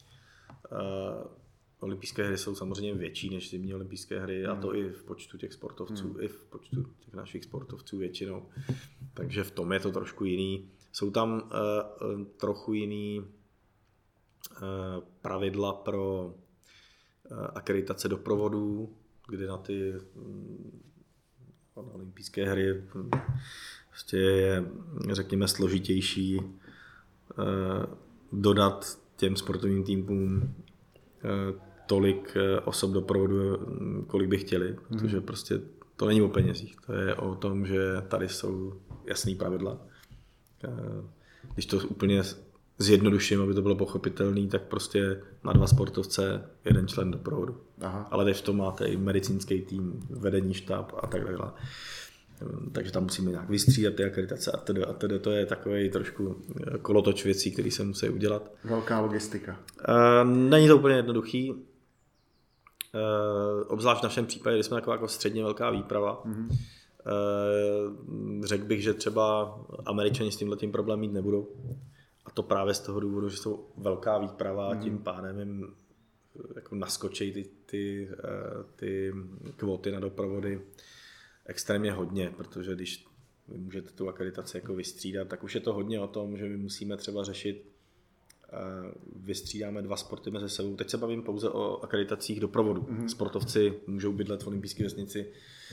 S2: olympijské hry jsou samozřejmě větší než zimní olympijské hry a to i v počtu těch sportovců, hmm. i v počtu těch našich sportovců většinou. Takže v tom je to trošku jiný. Jsou tam uh, trochu jiný uh, pravidla pro uh, akreditace doprovodů, kdy na ty um, na olympijské hry prostě je, řekněme, složitější uh, dodat těm sportovním týmům uh, tolik osob doprovodu, kolik by chtěli, protože hmm. prostě to není o penězích, to je o tom, že tady jsou jasný pravidla. Když to úplně zjednoduším, aby to bylo pochopitelné, tak prostě na dva sportovce jeden člen doprovodu. Aha. Ale když to máte i medicínský tým, vedení štáb a tak dále. Takže tam musíme nějak vystřídat ty akreditace a tedy, a tedy to je takový trošku kolotoč věcí, které se musí udělat.
S1: Velká logistika.
S2: Není to úplně jednoduchý. Obzvlášť v našem případě, kdy jsme taková jako středně velká výprava. Mm-hmm. Řekl bych, že třeba Američani s tímhletím problém mít nebudou. A to právě z toho důvodu, že jsou velká výprava a mm-hmm. tím pádem jim jako naskočí ty, ty, ty kvóty na doprovody extrémně hodně, protože když vy můžete tu akreditaci jako vystřídat, tak už je to hodně o tom, že my musíme třeba řešit vystřídáme dva sporty mezi sebou. Teď se bavím pouze o akreditacích doprovodu. Mm-hmm. Sportovci můžou bydlet v olympijské vesnici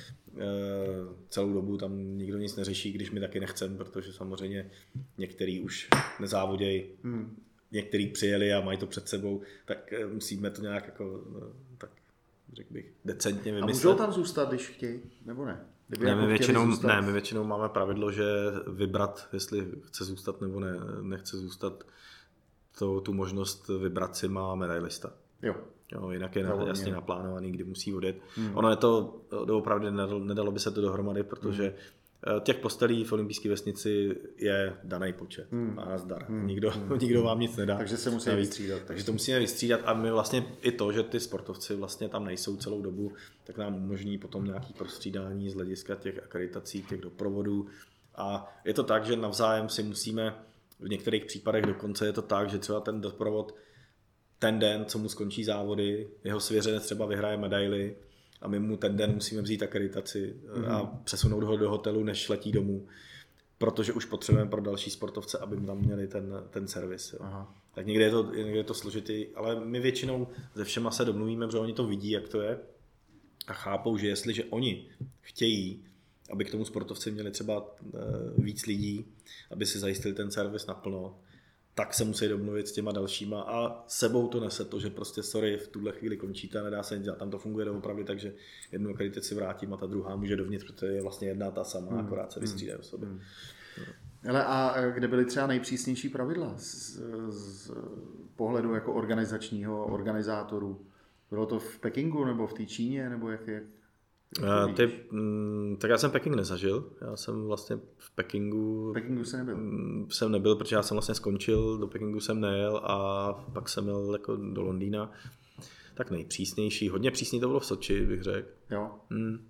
S2: celou dobu, tam nikdo nic neřeší, když my taky nechcem, protože samozřejmě některý už nezávodějí, mm. některý přijeli a mají to před sebou, tak musíme to nějak jako, tak řekl bych, decentně vymyslet.
S1: A můžou tam zůstat, když chtějí, nebo ne?
S2: Ne, my většinou, ne, my většinou máme pravidlo, že vybrat, jestli chce zůstat nebo ne, nechce zůstat, to, tu možnost vybrat si má medailista.
S1: Jo.
S2: Jo, jinak je Zavodně. jasně naplánovaný, kdy musí odjet. Hmm. Ono je to, doopravdy nedalo, nedalo by se to dohromady, protože hmm. těch postelí v olympijské vesnici je daný počet. Hmm. A nazdar. Hmm. Nikdo, hmm. nikdo vám nic nedá.
S1: Takže se musí vystřídat.
S2: Takže to musíme vystřídat a my vlastně i to, že ty sportovci vlastně tam nejsou celou dobu, tak nám umožní potom nějaký prostřídání z hlediska těch akreditací, těch doprovodů. A je to tak, že navzájem si musíme, v některých případech dokonce je to tak, že třeba ten doprovod ten den, co mu skončí závody, jeho svěřenec třeba vyhraje medaily a my mu ten den musíme vzít akreditaci mm-hmm. a přesunout ho do hotelu, než letí domů, protože už potřebujeme pro další sportovce, aby tam měli ten, ten servis. Aha. Tak někdy je, to, někdy je to složitý, ale my většinou se všema se domluvíme, protože oni to vidí, jak to je a chápou, že jestliže oni chtějí, aby k tomu sportovci měli třeba víc lidí, aby si zajistili ten servis naplno, tak se musí domluvit s těma dalšíma a sebou to nese to, že prostě sorry, v tuhle chvíli končíte, nedá se nic dělat, tam to funguje doopravdy, takže jednu akreditaci vrátím a ta druhá může dovnitř, protože je vlastně jedna ta sama, hmm. akorát se vystřídají osoby. Hmm.
S1: Ale a kde byly třeba nejpřísnější pravidla z, z pohledu jako organizačního, organizátorů? Bylo to v Pekingu nebo v té Číně, nebo jak je?
S2: Uh, ty, mm, tak já jsem Peking nezažil, já jsem vlastně v Pekingu,
S1: v Pekingu jsem nebyl.
S2: jsem nebyl, protože já jsem vlastně skončil, do Pekingu jsem nejel a pak jsem jel jako do Londýna, tak nejpřísnější, hodně přísný to bylo v Soči, bych řekl.
S1: Jo.
S2: Mm.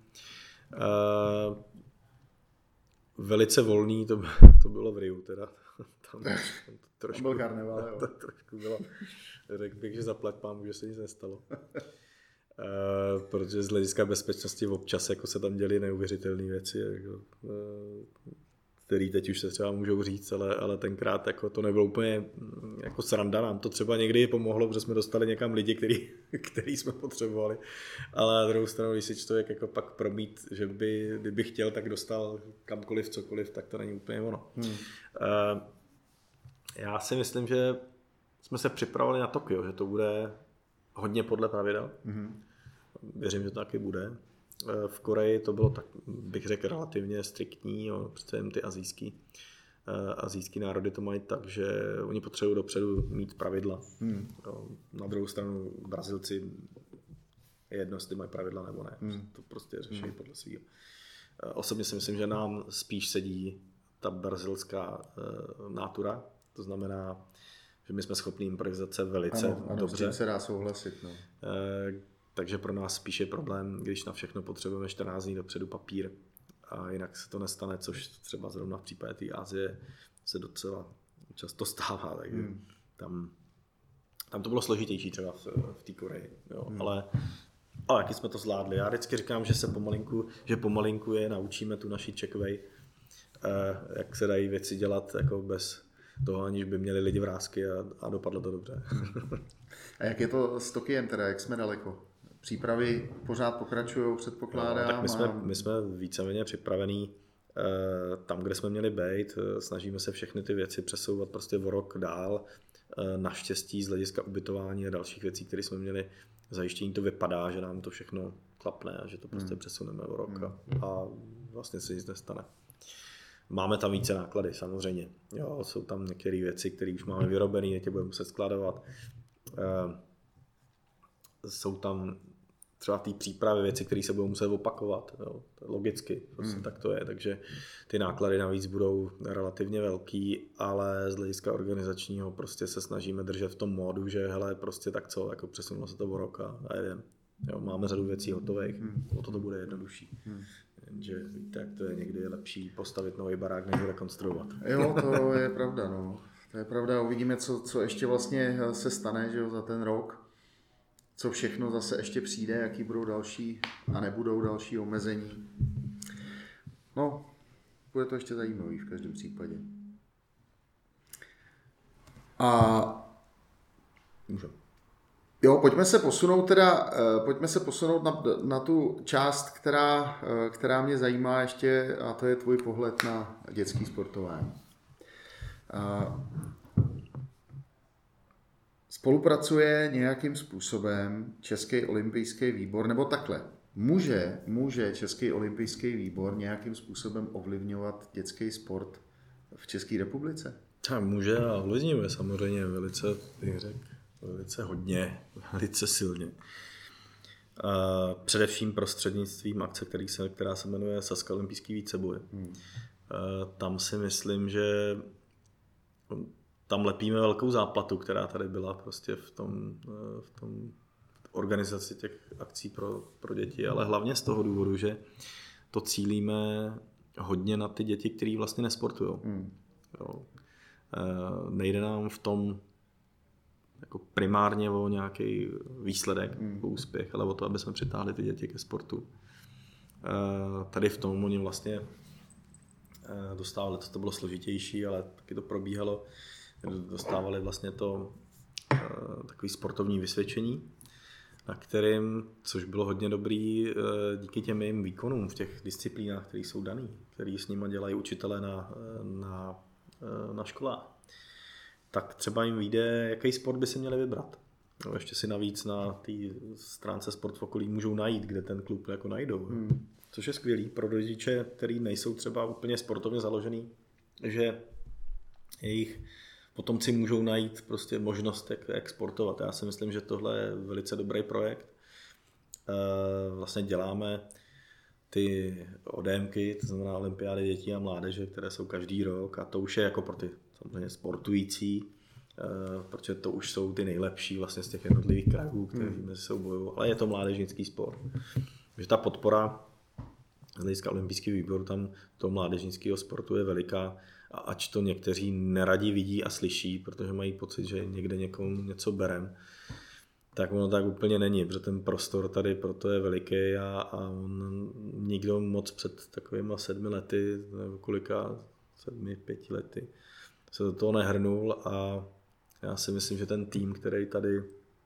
S2: Uh, velice volný to, to bylo v Riu teda, tam, tam to trošku,
S1: byl karneval, jo.
S2: To trošku bylo, řekl bych, že zaplať pámu, že se nic nestalo. Uh, protože z hlediska bezpečnosti občas jako se tam děly neuvěřitelné věci, jako, uh, které teď už se třeba můžou říct, ale, ale tenkrát jako to nebylo úplně jako sranda, nám to třeba někdy pomohlo, protože jsme dostali někam lidi, který, který jsme potřebovali, ale na druhou stranu, když si člověk jako pak promít, že by, kdyby chtěl, tak dostal kamkoliv, cokoliv, tak to není úplně ono. Hmm. Uh, já si myslím, že jsme se připravili na Tokio, že to bude hodně podle pravidel. Mm-hmm. Věřím, že to taky bude. V Koreji to bylo tak, bych řekl, relativně striktní, jo, protože jen ty azijský, azijský národy to mají tak, že oni potřebují dopředu mít pravidla. Mm. Jo, na druhou stranu Brazilci je jedno, jestli mají pravidla nebo ne. Mm. To prostě řeší mm. podle svého. Osobně si myslím, že nám spíš sedí ta brazilská nátura, to znamená, že my jsme schopni improvizace velice
S1: ano, ano, dobře. Ano, s tím se dá souhlasit. No.
S2: E, takže pro nás spíš je problém, když na všechno potřebujeme čtrnáct dní dopředu papír a jinak se to nestane, což třeba zrovna v případě té Asie se docela často stává, takže hmm. tam, tam to bylo složitější třeba v, v té Koreji, jo. Hmm. ale ale jaký jsme to zvládli. Já vždycky říkám, že se pomalinku, že pomalinku je naučíme tu naši Czech way, e, jak se dají věci dělat jako bez toho, aniž by měli lidi vrásky a, a dopadlo to dobře.
S1: A jak je to s Tokiem teda, jak jsme daleko? Přípravy pořád pokračují, předpokládám?
S2: No, tak my jsme, a... my jsme víceméně připravení eh, tam, kde jsme měli být. Snažíme se všechny ty věci přesouvat prostě o rok dál. Eh, naštěstí z hlediska ubytování a dalších věcí, které jsme měli zajištění, to vypadá, že nám to všechno klapne a že to prostě hmm. přesuneme o rok a, a vlastně se nic nestane. Máme tam více náklady, samozřejmě. Jo, jsou tam některé věci, které už máme vyrobené, je budeme muset skladovat. E, jsou tam třeba té přípravy věci, které se budou muset opakovat. Jo, logicky, prostě hmm. tak to je. Takže ty náklady navíc budou relativně velký, ale z hlediska organizačního prostě se snažíme držet v tom módu, že hele, prostě tak co, jako přesunulo se to o rok a, a jedem. Jo, máme řadu věcí hotových, hmm. o to to bude jednodušší. Hmm. Že víte, jak to je, někdy je lepší postavit nový barák, než rekonstruovat.
S1: Jo, to je pravda, no. To je pravda, uvidíme, co, co ještě vlastně se stane, že jo, za ten rok. Co všechno zase ještě přijde, jaký budou další a nebudou další omezení. No, bude to ještě zajímavý v každém případě. A
S2: Můžeme.
S1: Jo, pojďme se posunout teda, pojďme se posunout na, na tu část, která, která mě zajímá ještě, a to je tvůj pohled na dětský sportování. Spolupracuje nějakým způsobem Český olympijský výbor, nebo takhle, může, může Český olympijský výbor nějakým způsobem ovlivňovat dětský sport v České republice?
S2: Tak může a ovlivňuje samozřejmě velice, bych řekl, velice hodně, velice silně. A především prostřednictvím akce, který se, která se jmenuje Sazka olympijský víceboj. Hmm. Tam si myslím, že tam lepíme velkou záplatu, která tady byla prostě v tom, v tom organizaci těch akcí pro, pro děti, ale hlavně z toho důvodu, že to cílíme hodně na ty děti, které vlastně nesportují. Hmm. Jo. Nejde nám v tom jako primárně o nějaký výsledek, hmm. o úspěch, ale o to, aby jsme přitáhli ty děti ke sportu. Tady v tom oni vlastně dostávali, to bylo složitější, ale taky to probíhalo, dostávali vlastně to takový sportovní vysvědčení, na kterým, což bylo hodně dobrý, díky těm jejím výkonům v těch disciplínách, které jsou daný, které s nimi dělají učitelé na, na, na školách, tak třeba jim vyjde, jaký sport by si měli vybrat. No, ještě si navíc na té stránce Sport v okolí můžou najít, kde ten klub jako najdou. Hmm. Což je skvělý pro rodiče, který nejsou třeba úplně sportovně založený, že jejich potomci můžou najít prostě možnost, jak, jak sportovat. Já si myslím, že tohle je velice dobrý projekt. Vlastně děláme ty ODMky, to znamená olympiády dětí a mládeže, které jsou každý rok, a to už je jako pro ty samozřejmě sportující, protože to už jsou ty nejlepší vlastně z těch jednotlivých krajů, kteří hmm. mezi sebou bojují, ale je to mládežnický sport. Takže ta podpora z hlediska olympijského výboru tam toho mládežnického sportu je veliká, a ač to někteří neradí vidí a slyší, protože mají pocit, že někde někomu něco berem, tak ono tak úplně není, protože ten prostor tady proto je veliký a, a on, nikdo moc před takovýma sedmi lety, nebo kolika, sedmi, pěti lety, se do toho nehrnul, a já si myslím, že ten tým, který tady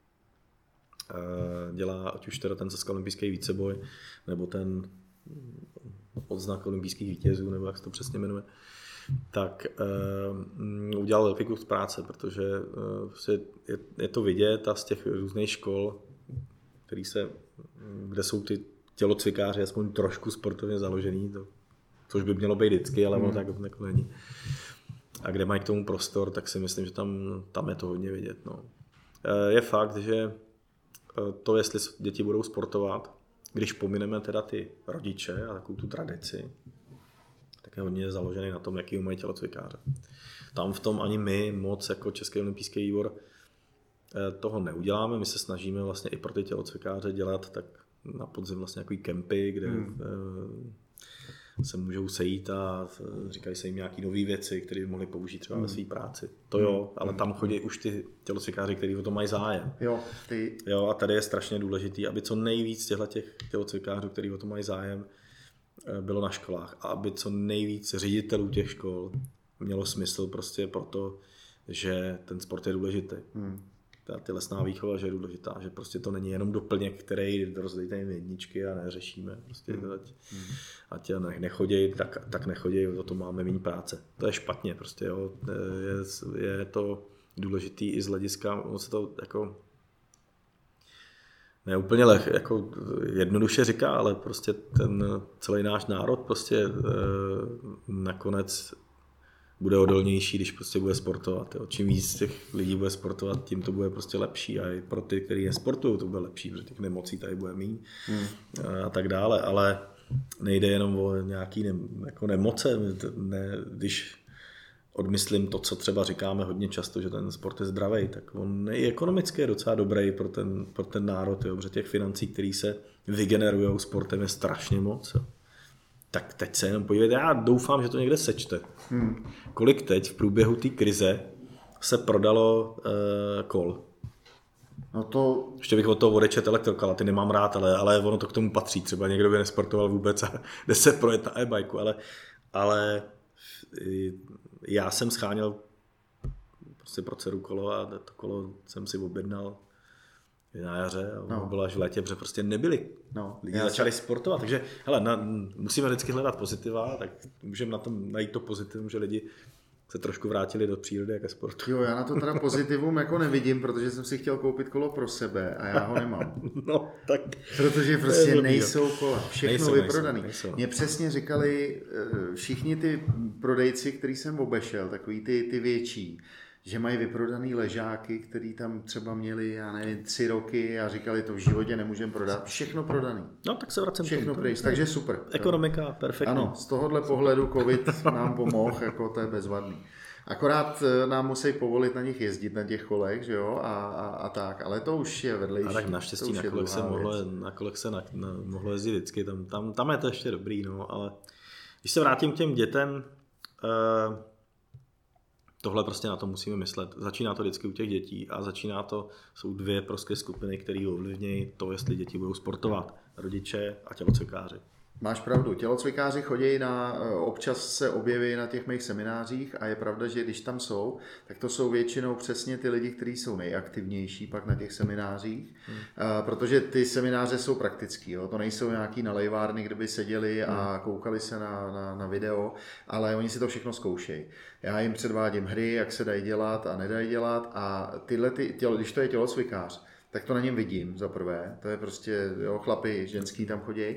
S2: dělá, ať už teda ten Sazka olympijský víceboj, nebo ten odznak olympijských vítězů, nebo jak se to přesně jmenuje, tak uh, udělal velký kus práce, protože uh, je, je to vidět a z těch různých škol, který se, kde jsou ty tělocvikáři aspoň trošku sportovně založený, to, což by mělo být vždycky, ale ono hmm. tak jako není. A kde mají k tomu prostor, tak si myslím, že tam, tam je to hodně vidět. No. Uh, je fakt, že to, jestli děti budou sportovat, když pomineme teda ty rodiče a takovou tu tradici, tak je hodně založený na tom, jaký mají tělocvikáře. Tam v tom ani my moc jako Český olympijský výbor toho neuděláme. My se snažíme vlastně i pro ty tělocvikáře dělat tak na podzim vlastně nějaký kempy, kde hmm. se můžou sejít a říkají se jim nějaké nové věci, které by mohli použít třeba hmm. ve své práci. To jo, ale tam chodí už ty tělocvikáři, kteří o to mají zájem.
S1: Jo, ty...
S2: jo, a tady je strašně důležitý, aby co nejvíc těch tělocvikářů, kteří o to mají zájem, bylo na školách, a aby co nejvíc ředitelů těch škol mělo smysl prostě proto, že ten sport je důležitý. Hmm. Ta tělesná výchova, že je důležitá, že prostě to není jenom doplněk, který rozdejte jim jedničky a neřešíme. Prostě hmm. ať, ať nechodějí, tak, tak nechodějí, o to máme méně práce. To je špatně prostě, jo. Je, je to důležitý i z hlediska, ono se to jako ne úplně leh, jako jednoduše říká, ale prostě ten celý náš národ prostě e, nakonec bude odolnější, když prostě bude sportovat. Jo. Čím víc těch lidí bude sportovat, tím to bude prostě lepší. A i pro ty, kteří nesportují, to bude lepší, protože těch nemocí tady bude míň hmm. a tak dále. Ale nejde jenom o nějaké ne, jako nemoce. Ne, když odmyslím to, co třeba říkáme hodně často, že ten sport je zdravý, tak on je ekonomicky docela dobrý pro ten, pro ten národ, jo, protože těch financí, které se vygenerujou sportem, je strašně moc. Jo. Tak teď se jenom podívejte, já doufám, že to někde sečte. Hmm. Kolik teď v průběhu té krize se prodalo uh, kol?
S1: No to...
S2: Ještě bych od toho odečet elektrokala, ty nemám rád, ale, ale ono to k tomu patří. Třeba někdo by nesportoval vůbec a jde se projet na e-bajku, ale, ale já jsem scháněl prostě pro dceru kolo a to kolo jsem si objednal na jaře a
S1: no.
S2: bylo až v létě, protože prostě nebyli.
S1: No,
S2: Lidi začali se... sportovat, takže hele, na, musíme vždycky hledat pozitiva, tak můžeme na tom najít to pozitivum, že lidi se trošku vrátili do přírody a ke sportu.
S1: Jo, já na to teda pozitivum jako nevidím, protože jsem si chtěl koupit kolo pro sebe a já ho nemám.
S2: No, tak...
S1: Protože prostě nejsou kola, všechno nejsou, vyprodaný.
S2: Nejsou, nejsou.
S1: Mě přesně říkali všichni ty prodejci, který jsem obešel, takový ty, ty větší, že mají vyprodaný ležáky, který tam třeba měli, já nevím, tři roky a říkali, to v životě nemůžeme prodat. Všechno prodaný.
S2: No, tak se vracím
S1: Všechno pryč, takže super.
S2: Ekonomika, perfektní.
S1: Ano, z tohohle pohledu covid nám pomohl, jako to je bezvadný. Akorát nám musí povolit na nich jezdit, na těch kolech, že jo, a, a, a tak, ale to už je vedlejší.
S2: A tak naštěstí na kolech se mohlo, na kolech se na, na, mohlo jezdit vždycky, tam, tam, tam je to ještě dobrý, no, ale když se vrátím k těm dětem, eh, tohle prostě na to musíme myslet. Začíná to vždycky u těch dětí a začíná to, jsou dvě prostě skupiny, které ovlivňují to, jestli děti budou sportovat. Rodiče a tělocvikáři.
S1: Máš pravdu, tělocvikáři chodí na, občas se objeví na těch mých seminářích a je pravda, že když tam jsou, tak to jsou většinou přesně ty lidi, kteří jsou nejaktivnější pak na těch seminářích, hmm. protože ty semináře jsou praktický, jo? To nejsou nějaký nalejvárny, kde by seděli a koukali se na, na, na video, ale oni si to všechno zkoušejí. Já jim předvádím hry, jak se dají dělat a nedají dělat a tyhle, ty, tělo, když to je tělocvikář, tak to na něm vidím za prvé, to je prostě, jo, chlapi, ženský tam chodí.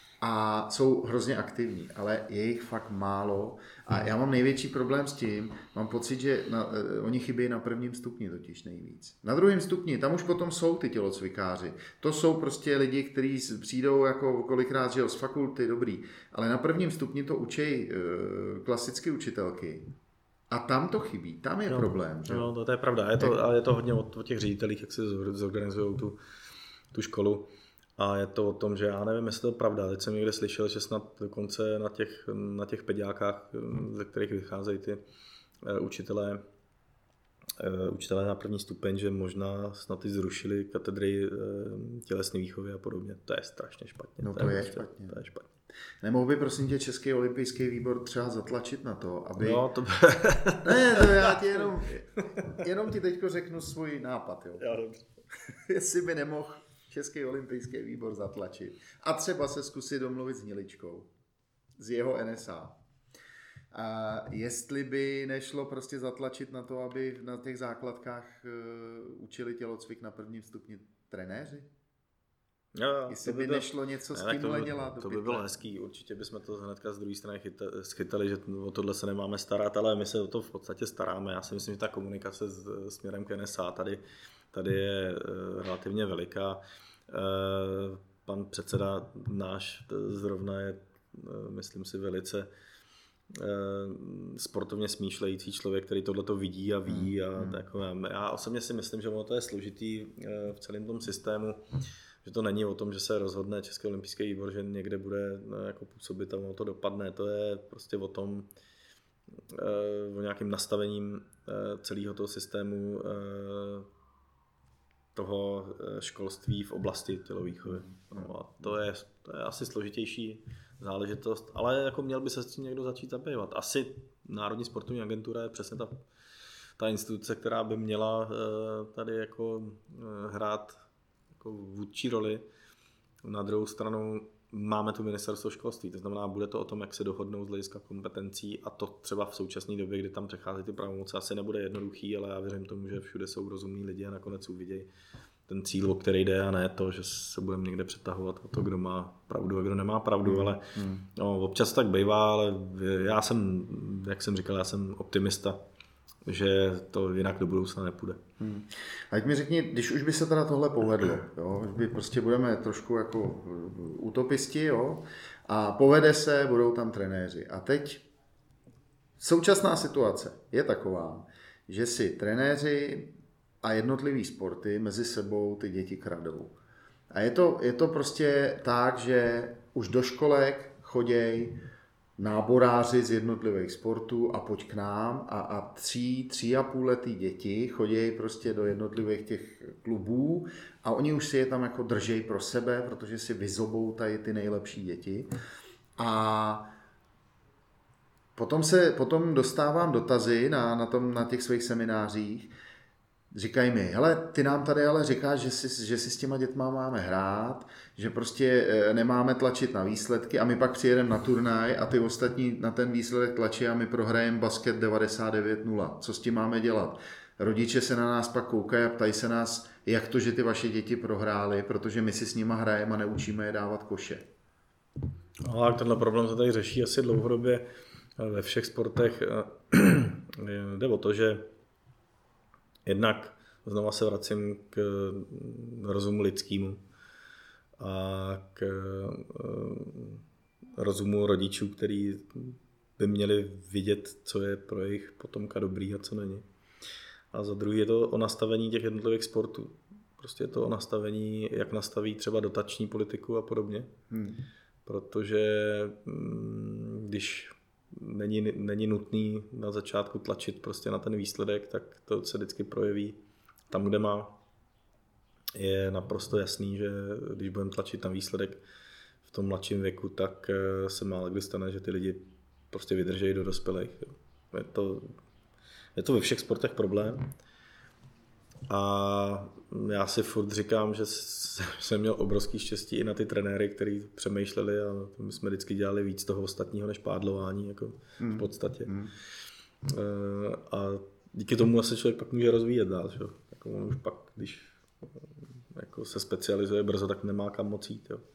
S1: A jsou hrozně aktivní, ale je jich fakt málo a já mám největší problém s tím, mám pocit, že na, oni chybějí na prvním stupni totiž nejvíc. Na druhém stupni, tam už potom jsou ty tělocvikáři, to jsou prostě lidi, kteří přijdou jako kolikrát, že jo, z fakulty, dobrý, ale na prvním stupni to učí uh, klasické učitelky. A tam to chybí, tam je
S2: no,
S1: problém. Že?
S2: No, to, to je pravda, je to, ale je to hodně o, o těch ředitelích, jak si zorganizují tu, tu školu. A je to o tom, že já nevím, jestli to je pravda. Teď jsem někde slyšel, že snad dokonce na těch, na těch pediákách, ze kterých vycházejí ty uh, učitelé, uh, učitelé na první stupeň, že možná snad i zrušili katedry uh, tělesné výchovy a podobně. To je strašně špatně.
S1: No to, to je, je špatně.
S2: To je špatně.
S1: Nemohl by prosím tě Český olympijský výbor třeba zatlačit na to, aby...
S2: No, to by...
S1: ne, to já ti jenom, jenom ti teďko řeknu svůj nápad. Jo.
S2: Já, dobře.
S1: Jestli by nemohl Český olympijský výbor zatlačit a třeba se zkusit domluvit s Hniličkou, z jeho N S A. A jestli by nešlo prostě zatlačit na to, aby na těch základkách uh, učili tělocvik na prvním stupni trenéři?
S2: Jo,
S1: jestli
S2: by
S1: by
S2: to,
S1: nešlo něco s tímhle dělat?
S2: To by bylo hezký, určitě bychom to hnedka z druhé strany schytali, že o tohle se nemáme starat, ale my se o to v podstatě staráme. Já si myslím, že ta komunikace s, směrem k N S A tady, tady je uh, relativně veliká. Uh, pan předseda náš zrovna je, uh, myslím si, velice sportovně smýšlející člověk, který tohleto vidí a ví. A hmm. takové. Já osobně si myslím, že ono to je složitý v celém tom systému, že to není o tom, že se rozhodne Český olympijský výbor, že někde bude jako působit a ono to dopadne. To je prostě o tom, o nějakým nastavením celého toho systému toho školství v oblasti tělovýchovy. No a to je, to je asi složitější záležitost, ale jako měl by se s tím někdo začít zabývat. Asi Národní sportovní agentura je přesně ta, ta instituce, která by měla tady jako hrát jako vůdčí roli. Na druhou stranu máme tu ministerstvo školství, to znamená, bude to o tom, jak se dohodnou z hlediska kompetencí a to třeba v současné době, kdy tam přechází ty pravomoci, asi nebude jednoduchý, ale já věřím tomu, že všude jsou rozumní lidi a nakonec uvidějí ten cíl, o který jde a ne to, že se budeme někde přetahovat o to, kdo má pravdu a kdo nemá pravdu, mm. ale mm. No, občas tak bývá, ale já jsem, jak jsem říkal, já jsem optimista, že to jinak do budoucna nepůjde.
S1: Hmm. A teď mi řekni, když už by se teda tohle povedlo, jo, už by prostě budeme trošku jako utopisti, jo, a povede se, budou tam trenéři. A teď současná situace je taková, že si trenéři a jednotlivý sporty mezi sebou ty děti kradou. A je to, je to prostě tak, že už do školek choděj náboráři z jednotlivých sportů a pojď k nám a, a tří, tří a půl letý děti chodějí prostě do jednotlivých těch klubů a oni už si je tam jako držej pro sebe, protože si vyzobou tady ty nejlepší děti. A potom, se, potom dostávám dotazy na, na, tom, na těch svých seminářích. Říkají mi, hele, ty nám tady ale říkáš, že si, že si s těma dětma máme hrát, že prostě nemáme tlačit na výsledky a my pak přijedeme na turnaj a ty ostatní na ten výsledek tlačí a my prohrajeme basket devadesát devět nula. Co s tím máme dělat? Rodiče se na nás pak koukají a ptají se nás, jak to, že ty vaše děti prohrály, protože my si s nima hrajeme a neučíme je dávat koše.
S2: Ale tenhle problém se tady řeší asi dlouhodobě ve všech sportech. Jde o to, že jednak znova se vracím k rozumu lidskému a k rozumu rodičů, který by měli vidět, co je pro jejich potomka dobrý a co není. A za druhé je to o nastavení těch jednotlivých sportů. Prostě je to o nastavení, jak nastaví třeba dotační politiku a podobně. Hmm. Protože když není, není nutný na začátku tlačit prostě na ten výsledek, tak to se vždycky projeví tam, kde má. Je naprosto jasný, že když budeme tlačit na výsledek v tom mladším věku, tak se málo kdy stane, že ty lidi prostě vydržejí do dospělých. Je to, je to ve všech sportech problém. A já si furt říkám, že jsem měl obrovský štěstí i na ty trenéry, kteří přemýšleli a my jsme vždycky dělali víc toho ostatního než pádlování jako v podstatě. Mm. A díky tomu se člověk pak může rozvíjet dál. Že? Jako on už pak, když jako se specializuje brzo, tak nemá kam moc jít. Jo.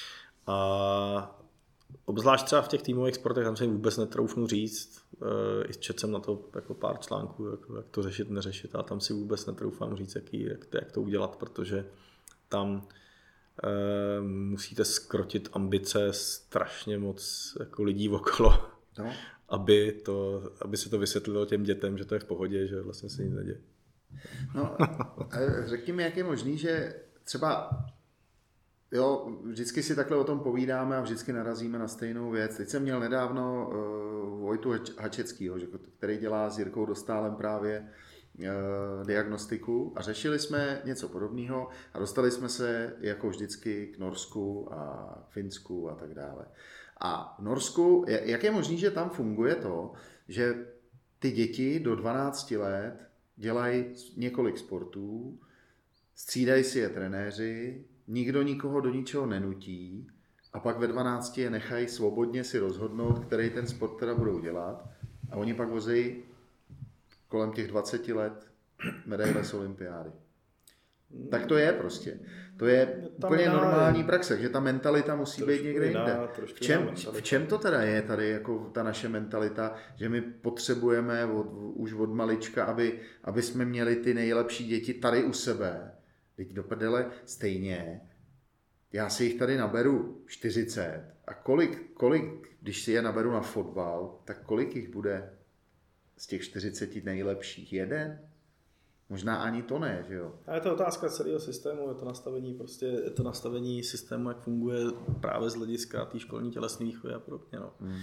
S2: A obzvlášť třeba v těch týmových sportech, tam se jim vůbec netroufnu říct, i četl jsem na to jako pár článků, jako jak to řešit, neřešit, a tam si vůbec netroufám říct, jaký, jak, to, jak to udělat, protože tam e, musíte skrotit ambice strašně moc jako lidí okolo, no. aby, to, aby se to vysvětlilo těm dětem, že to je v pohodě, že vlastně se nic neděje.
S1: No, řekni mi, jak je možný, že třeba jo, vždycky si takhle o tom povídáme a vždycky narazíme na stejnou věc. Teď jsem měl nedávno uh, Vojtu Hačeckýho, který dělá s Jirkou Dostálem právě uh, diagnostiku a řešili jsme něco podobného a dostali jsme se jako vždycky k Norsku a Finsku a tak dále. A v Norsku, jak je možné, že tam funguje to, že ty děti do dvanácti let dělají několik sportů, střídají si je trenéři, nikdo nikoho do ničeho nenutí a pak ve dvanácti je nechají svobodně si rozhodnout, který ten sport teda budou dělat a oni pak vozejí kolem těch dvaceti let medaile z olympiády. Tak to je prostě. To je úplně normální praxe, že ta mentalita musí být někde jinde. V čem, v čem to teda je tady jako ta naše mentalita, že my potřebujeme od, už od malička, aby, aby jsme měli ty nejlepší děti tady u sebe. Teď do prdele stejně, já si jich tady naberu čtyřicet a kolik, kolik, když si je naberu na fotbal, tak kolik jich bude z těch čtyřiceti nejlepších? Jeden? Možná ani to ne, že jo?
S2: A je to otázka celého systému, je to nastavení, prostě je to nastavení systému, jak funguje právě z hlediska té školní tělesné výchovy a podobně. No. Hmm.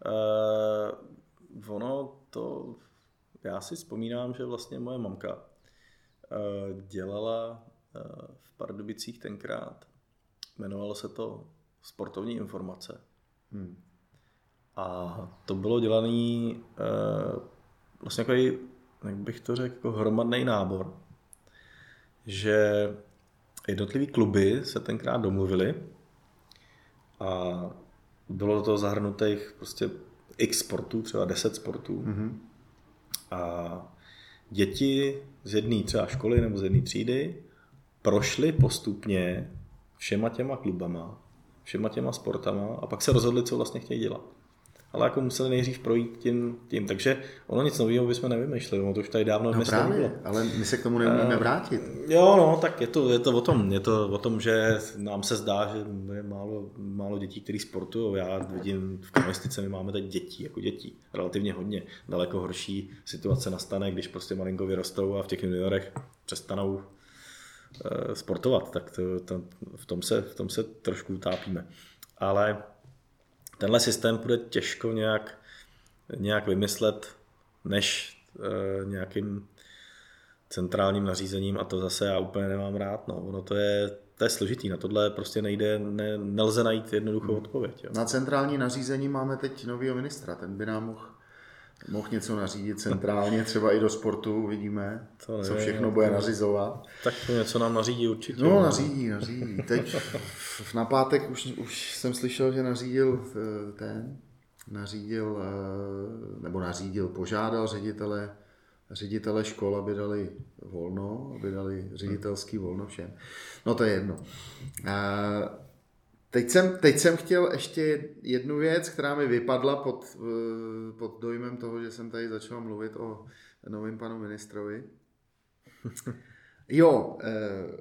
S2: Uh, ono to, já si vzpomínám, že vlastně moje mamka uh, dělala v Pardubicích tenkrát. Jmenovalo se to Sportovní informace. Hmm. A to bylo dělané e, vlastně takový, jak bych to řekl, jako hromadný nábor. Že jednotlivý kluby se tenkrát domluvili a bylo do toho zahrnutých prostě x sportů, třeba deset sportů. Hmm. A děti z jedné třeba školy nebo z jedné třídy prošli postupně všema těma klubama, všema těma sportama a pak se rozhodli, co vlastně chtějí dělat. Ale jako museli nejdřív projít tím, tím. Takže ono nic nového bychom nevymýšleli, ono to už tady dávno
S1: no právě, bylo. Ale my se k tomu neumíme vrátit.
S2: Jo, no, tak je to, je to o tom, je to o tom, že nám se zdá, že je málo, málo dětí, kteří sportují. Já vidím v kanoistice, my máme teď dětí, jako dětí, relativně hodně. Daleko horší situace nastane, když prostě malinko vyrostou a v těch juniorech přestanou sportovat, tak to, to, v, tom se, v tom se trošku utápíme. Ale tenhle systém bude těžko nějak, nějak vymyslet, než e, nějakým centrálním nařízením a to zase já úplně nemám rád. No. Ono to je to je složitý, na tohle prostě nejde, ne, nelze najít jednoduchou odpověď. Jo.
S1: Na centrální nařízení máme teď novýho ministra, ten by nám mohl mohl něco nařídit centrálně, třeba i do sportu, uvidíme, to co všechno bude nařizovat.
S2: Tak to něco nám nařídí určitě.
S1: No, nařídí, nařídí. Teď na pátek už, už jsem slyšel, že nařídil ten, nařídil, nebo nařídil, požádal ředitele, ředitele škol, aby dali volno, aby dali ředitelský volno všem. No to je jedno. Teď jsem, teď jsem chtěl ještě jednu věc, která mi vypadla pod, pod dojmem toho, že jsem tady začal mluvit o novém panu ministrovi. Jo, eh,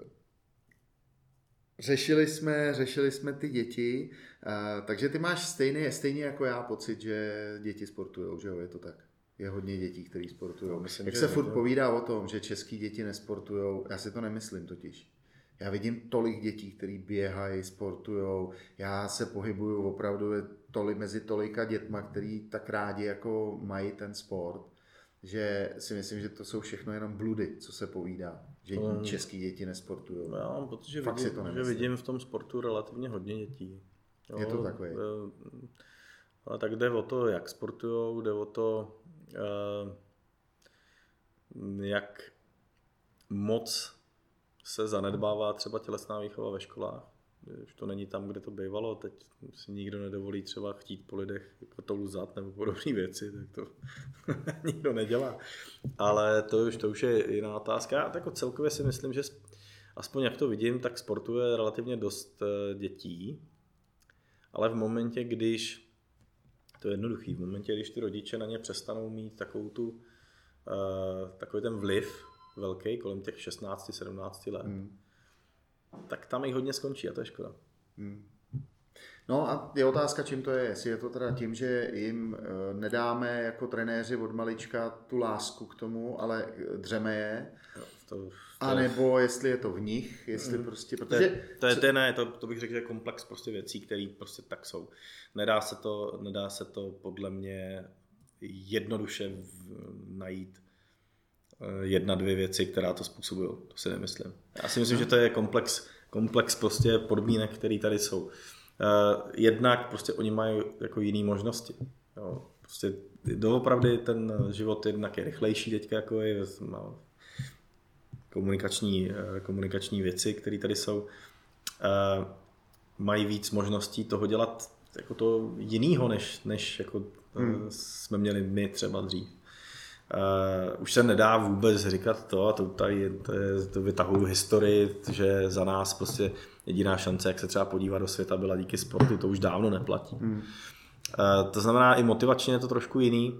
S1: řešili jsme, řešili jsme ty děti, eh, takže ty máš stejný, stejně jako já pocit, že děti sportujou, že jo, je to tak? Je hodně dětí, který sportujou. No, Jak se furt povídá o tom, že český děti nesportujou, já si to nemyslím totiž. Já vidím tolik dětí, který běhají, sportujou. Já se pohybuju opravdu tolik, mezi tolika dětma, který tak rádi jako mají ten sport, že si myslím, že to jsou všechno jenom bludy, co se povídá, že um, český děti nesportují.
S2: Já mám pocit, že, vidím, že vidím v tom sportu relativně hodně dětí.
S1: Jo, je to takové.
S2: Ale tak jde o to, jak sportujou, jde o to, jak moc se zanedbává třeba tělesná výchova ve školách. Už to není tam, kde to bývalo, teď si nikdo nedovolí třeba chtít po lidech jako to luzat nebo podobné věci, tak to nikdo nedělá. Ale to už, to už je jiná otázka. Já jako celkově si myslím, že aspoň jak to vidím, tak sportuje relativně dost dětí, ale v momentě, když, to je jednoduchý, v momentě, když ty rodiče na ně přestanou mít takovou tu, takový ten vliv, velký, kolem těch šestnáct sedmnáct let, hmm. tak tam jich hodně skončí a to je škoda. Hmm.
S1: No a je otázka, čím to je. Jestli je to teda tím, že jim nedáme jako trenéři od malička tu lásku k tomu, ale dřeme je,
S2: no, to, to
S1: a nebo jestli je to v nich, jestli hmm. prostě, protože...
S2: To je, to je ne, to, to bych řekl, že je komplex prostě věcí, které prostě tak jsou. Nedá se to, nedá se to podle mě jednoduše najít jedna, dvě věci, která to způsobují. To si nemyslím. Já si myslím, že to je komplex, komplex prostě podmínek, které tady jsou. Jednak prostě oni mají jako jiné možnosti. Jo, prostě doopravdy ten život jednak je rychlejší teďka, jako je komunikační, komunikační věci, které tady jsou. Mají víc možností toho dělat jako to jinýho, než, než jako hmm. jsme měli my třeba dřív. Uh, už se nedá vůbec říkat to, a to tady to, je, to vytahuju historii, že za nás prostě jediná šance, jak se třeba podívat do světa, byla díky sportu, to už dávno neplatí. Hmm. Uh, to znamená, i motivačně je to trošku jiný.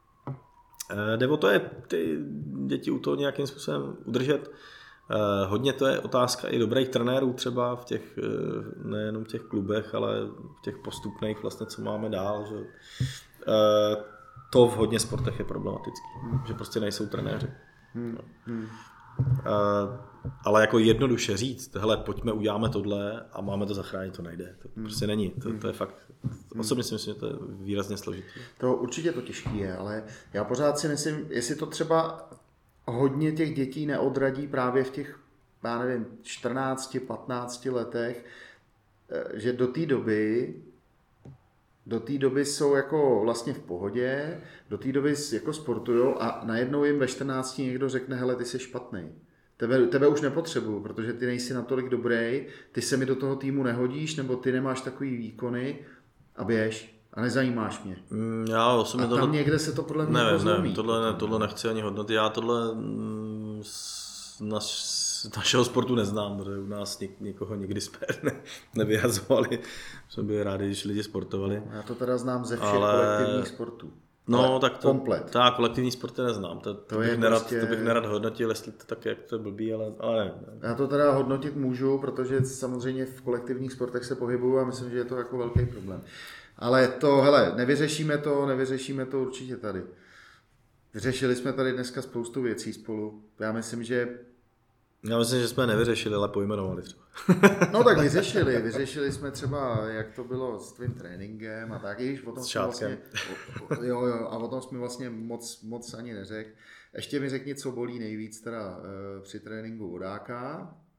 S2: Uh, jde o to je ty děti u toho nějakým způsobem udržet. Uh, hodně to je otázka i dobrých trenérů třeba v těch, uh, nejenom v těch klubech, ale v těch postupných vlastně, co máme dál. Že, uh, To v hodně sportech je problematický, hmm. že prostě nejsou trenéři. Hmm. Hmm. Uh, ale jako jednoduše říct, hele, pojďme, uděláme tohle a máme to zachránit, to nejde. To hmm. prostě není, to, to je fakt, osobně si myslím, že to je výrazně složitý.
S1: To určitě to těžký je, ale já pořád si myslím, jestli to třeba hodně těch dětí neodradí právě v těch, já nevím, čtrnácti patnácti letech, že do té doby Do té doby jsou jako vlastně v pohodě, do té doby jako sportujou a najednou jim ve čtrnácti někdo řekne, hele, ty jsi špatnej. Tebe, tebe už nepotřebuju, protože ty nejsi natolik dobrý, ty se mi do toho týmu nehodíš, nebo ty nemáš takový výkony a běž a nezajímáš mě.
S2: Já osobně
S1: a tam tohle... někde se to podle mě
S2: ne, ne, tohle, ne, tohle nechci ani hodnotit. Já tohle mm, z naš, našeho sportu neznám, protože u nás něk, někoho nikdy jsme ne, nevyhazovali. Jsme byli rádi, když lidi sportovali.
S1: Já to teda znám ze všech ale... kolektivních sportů.
S2: No, ale tak to,
S1: komplet.
S2: Tak, kolektivní sporty neznám. To, to, to, bych nerad, prostě... to bych nerad hodnotil, jestli to tak, jak to je blbý, ale, ale ne, ne.
S1: Já to teda hodnotit můžu, protože samozřejmě v kolektivních sportech se pohybuju a myslím, že je to jako velký problém. Ale to, hele, nevyřešíme to, nevyřešíme to určitě tady. Vyřešili jsme tady dneska spoustu věcí spolu. Já myslím, že...
S2: Já myslím, že jsme nevyřešili, ale pojmenovali třeba.
S1: No tak vyřešili. Vyřešili jsme třeba, jak to bylo s tvým tréninkem a tak. Když o tom jsme vlastně, o, jo, jo, a o tom jsme vlastně moc, moc ani neřekl. Ještě mi řekni, co bolí nejvíc teda e, při tréninku vodáka.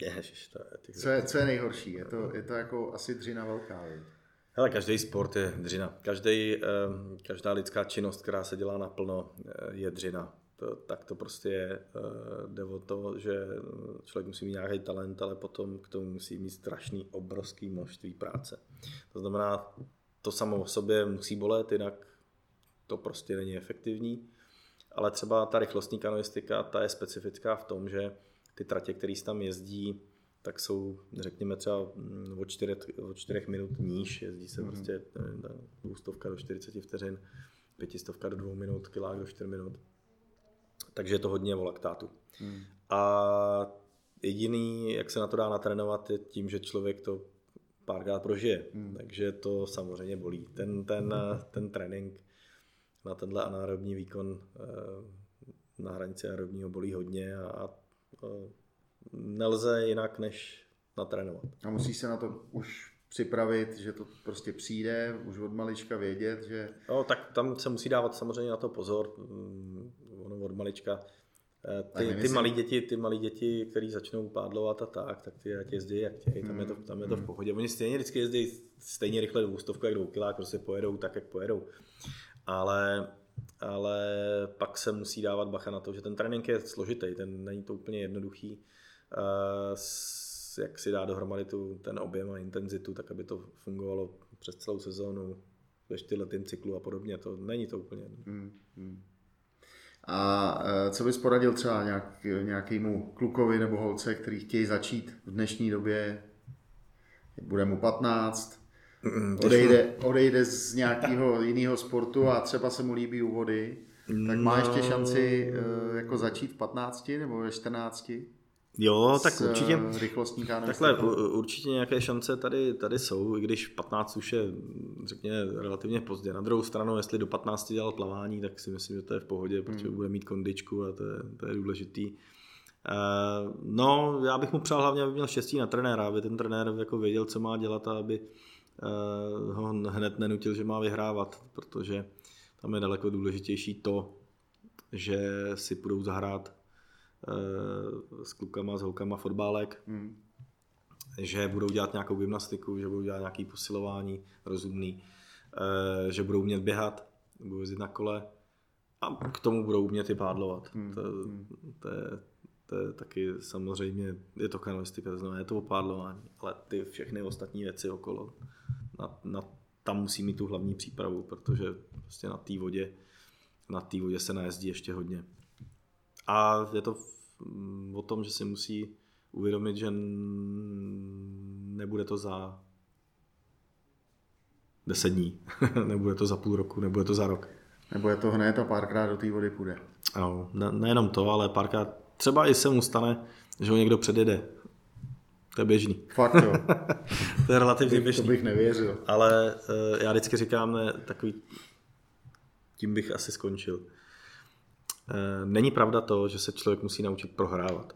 S2: Ježiš, to je, ty...
S1: Co je, co je nejhorší? Je to, je to jako asi dřina velká, viď?
S2: Hele, každý sport je dřina. Každý, každá lidská činnost, která se dělá naplno, je dřina. To, tak to prostě je. Jde o to, že člověk musí mít nějaký talent, ale potom k tomu musí mít strašný, obrovský množství práce. To znamená, to samo o sobě musí bolet, jinak to prostě není efektivní. Ale třeba ta rychlostní kanoistika, ta je specifická v tom, že ty tratě, které se tam jezdí, tak jsou, řekněme, třeba od čtyřech, od čtyřech minut níž. Jezdí se mm-hmm. prostě dvoustovka do čtyřicet vteřin, pětistovka do dvou minut, kilák do čtyř minut. Takže je to hodně o laktátu. Mm. A jediný, jak se na to dá natrénovat, je tím, že člověk to párkrát prožije. Mm. Takže to samozřejmě bolí. Ten, ten, ten trénink na tenhle anaerobní výkon na hranici aerobního bolí hodně a, a nelze jinak, než natrénovat. A
S1: musí se na to už připravit, že to prostě přijde, už od malička vědět, že...
S2: No, tak tam se musí dávat samozřejmě na to pozor, ono od malička. Ty, ty malí děti, ty malí děti, kteří začnou pádlovat a tak, tak ty ať jezdí jak chtějí, tam je to, tam je to v pohodě. Oni stejně vždycky jezdí stejně rychle dvoustovku, jak dvoukilák, prostě pojedou tak, jak pojedou. Ale, ale pak se musí dávat bacha na to, že ten trénink je složitý, ten není to úplně jednoduchý. Jak si dá dohromady tu, ten objem a intenzitu, tak aby to fungovalo přes celou sezónu ve čtyřletém cyklu a podobně. To není to úplně. Hmm, hmm.
S1: A co bys poradil třeba nějak, nějakému klukovi nebo holce, který chtějí začít v dnešní době, bude mu patnáct, mm, odejde, odejde z nějakého jiného sportu a třeba se mu líbí úvody, tak má ještě šanci jako začít v patnácti nebo ve čtrnácti?
S2: Jo, tak určitě, takhle, určitě nějaké šance tady, tady jsou, i když patnáct už je, řekněme, relativně pozdě. Na druhou stranu, jestli do patnácti dělal plavání, tak si myslím, že to je v pohodě, protože bude mít kondičku a to je, to je důležitý. No, já bych mu přál hlavně, aby měl štěstí na trenéra, aby ten trenér jako věděl, co má dělat a aby ho hned nenutil, že má vyhrávat, protože tam je daleko důležitější to, že si budou zahrát s klukama, s holkama fotbálek, hmm. že budou dělat nějakou gymnastiku, že budou dělat nějaké posilování rozumný, že budou umět běhat, budou jezdit na kole a k tomu budou umět i pádlovat. Hmm. To, to, je, to je taky samozřejmě, je to kanoistika, to znamená, je to opádlování, ale ty všechny ostatní věci okolo, na, na, tam musí mít tu hlavní přípravu, protože prostě na té vodě, na té vodě se najezdí ještě hodně. A je to o tom, že si musí uvědomit, že nebude to za deset dní, nebude to za půl roku, nebude to za rok.
S1: Nebude to hned a párkrát do té vody půjde.
S2: No, ne, nejenom to, ale párkrát třeba i se mu stane, že ho někdo předjede. To je běžný.
S1: Fakt jo.
S2: To je relativně běžný.
S1: To bych nevěřil.
S2: Ale já vždycky říkám, ne, takový, tím bych asi skončil. Není pravda to, že se člověk musí naučit prohrávat.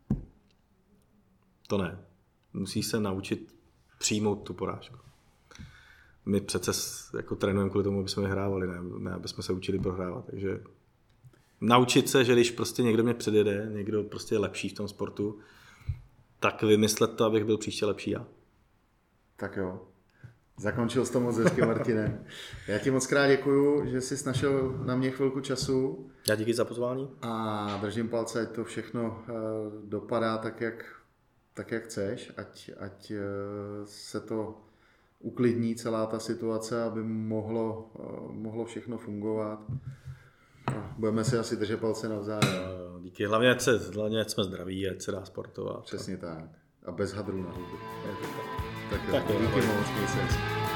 S2: To ne. Musí se naučit přijmout tu porážku. My přece jako trénujeme kvůli tomu, aby jsme vyhrávali, ne, ne aby jsme se učili prohrávat. Takže naučit se, že když prostě někdo mě předjede, někdo prostě je lepší v tom sportu, tak vymyslet to, abych byl příště lepší já.
S1: Tak jo. Zakončil jsi to moc hezky, Martine. Já ti moc krát děkuju, že jsi našel na mě chvilku času.
S2: Já díky za pozvání.
S1: A držím palce, ať to všechno dopadá tak, jak, tak, jak chceš. Ať, ať se to uklidní celá ta situace, aby mohlo, mohlo všechno fungovat. A budeme si asi držet palce navzájem.
S2: Díky. Hlavně, ať, se, hlavně ať jsme zdraví, ať se dá sportovat.
S1: Přesně tak. A bez hadrů na hubu.
S2: Tak,
S1: tak jo, díky moc, měj se.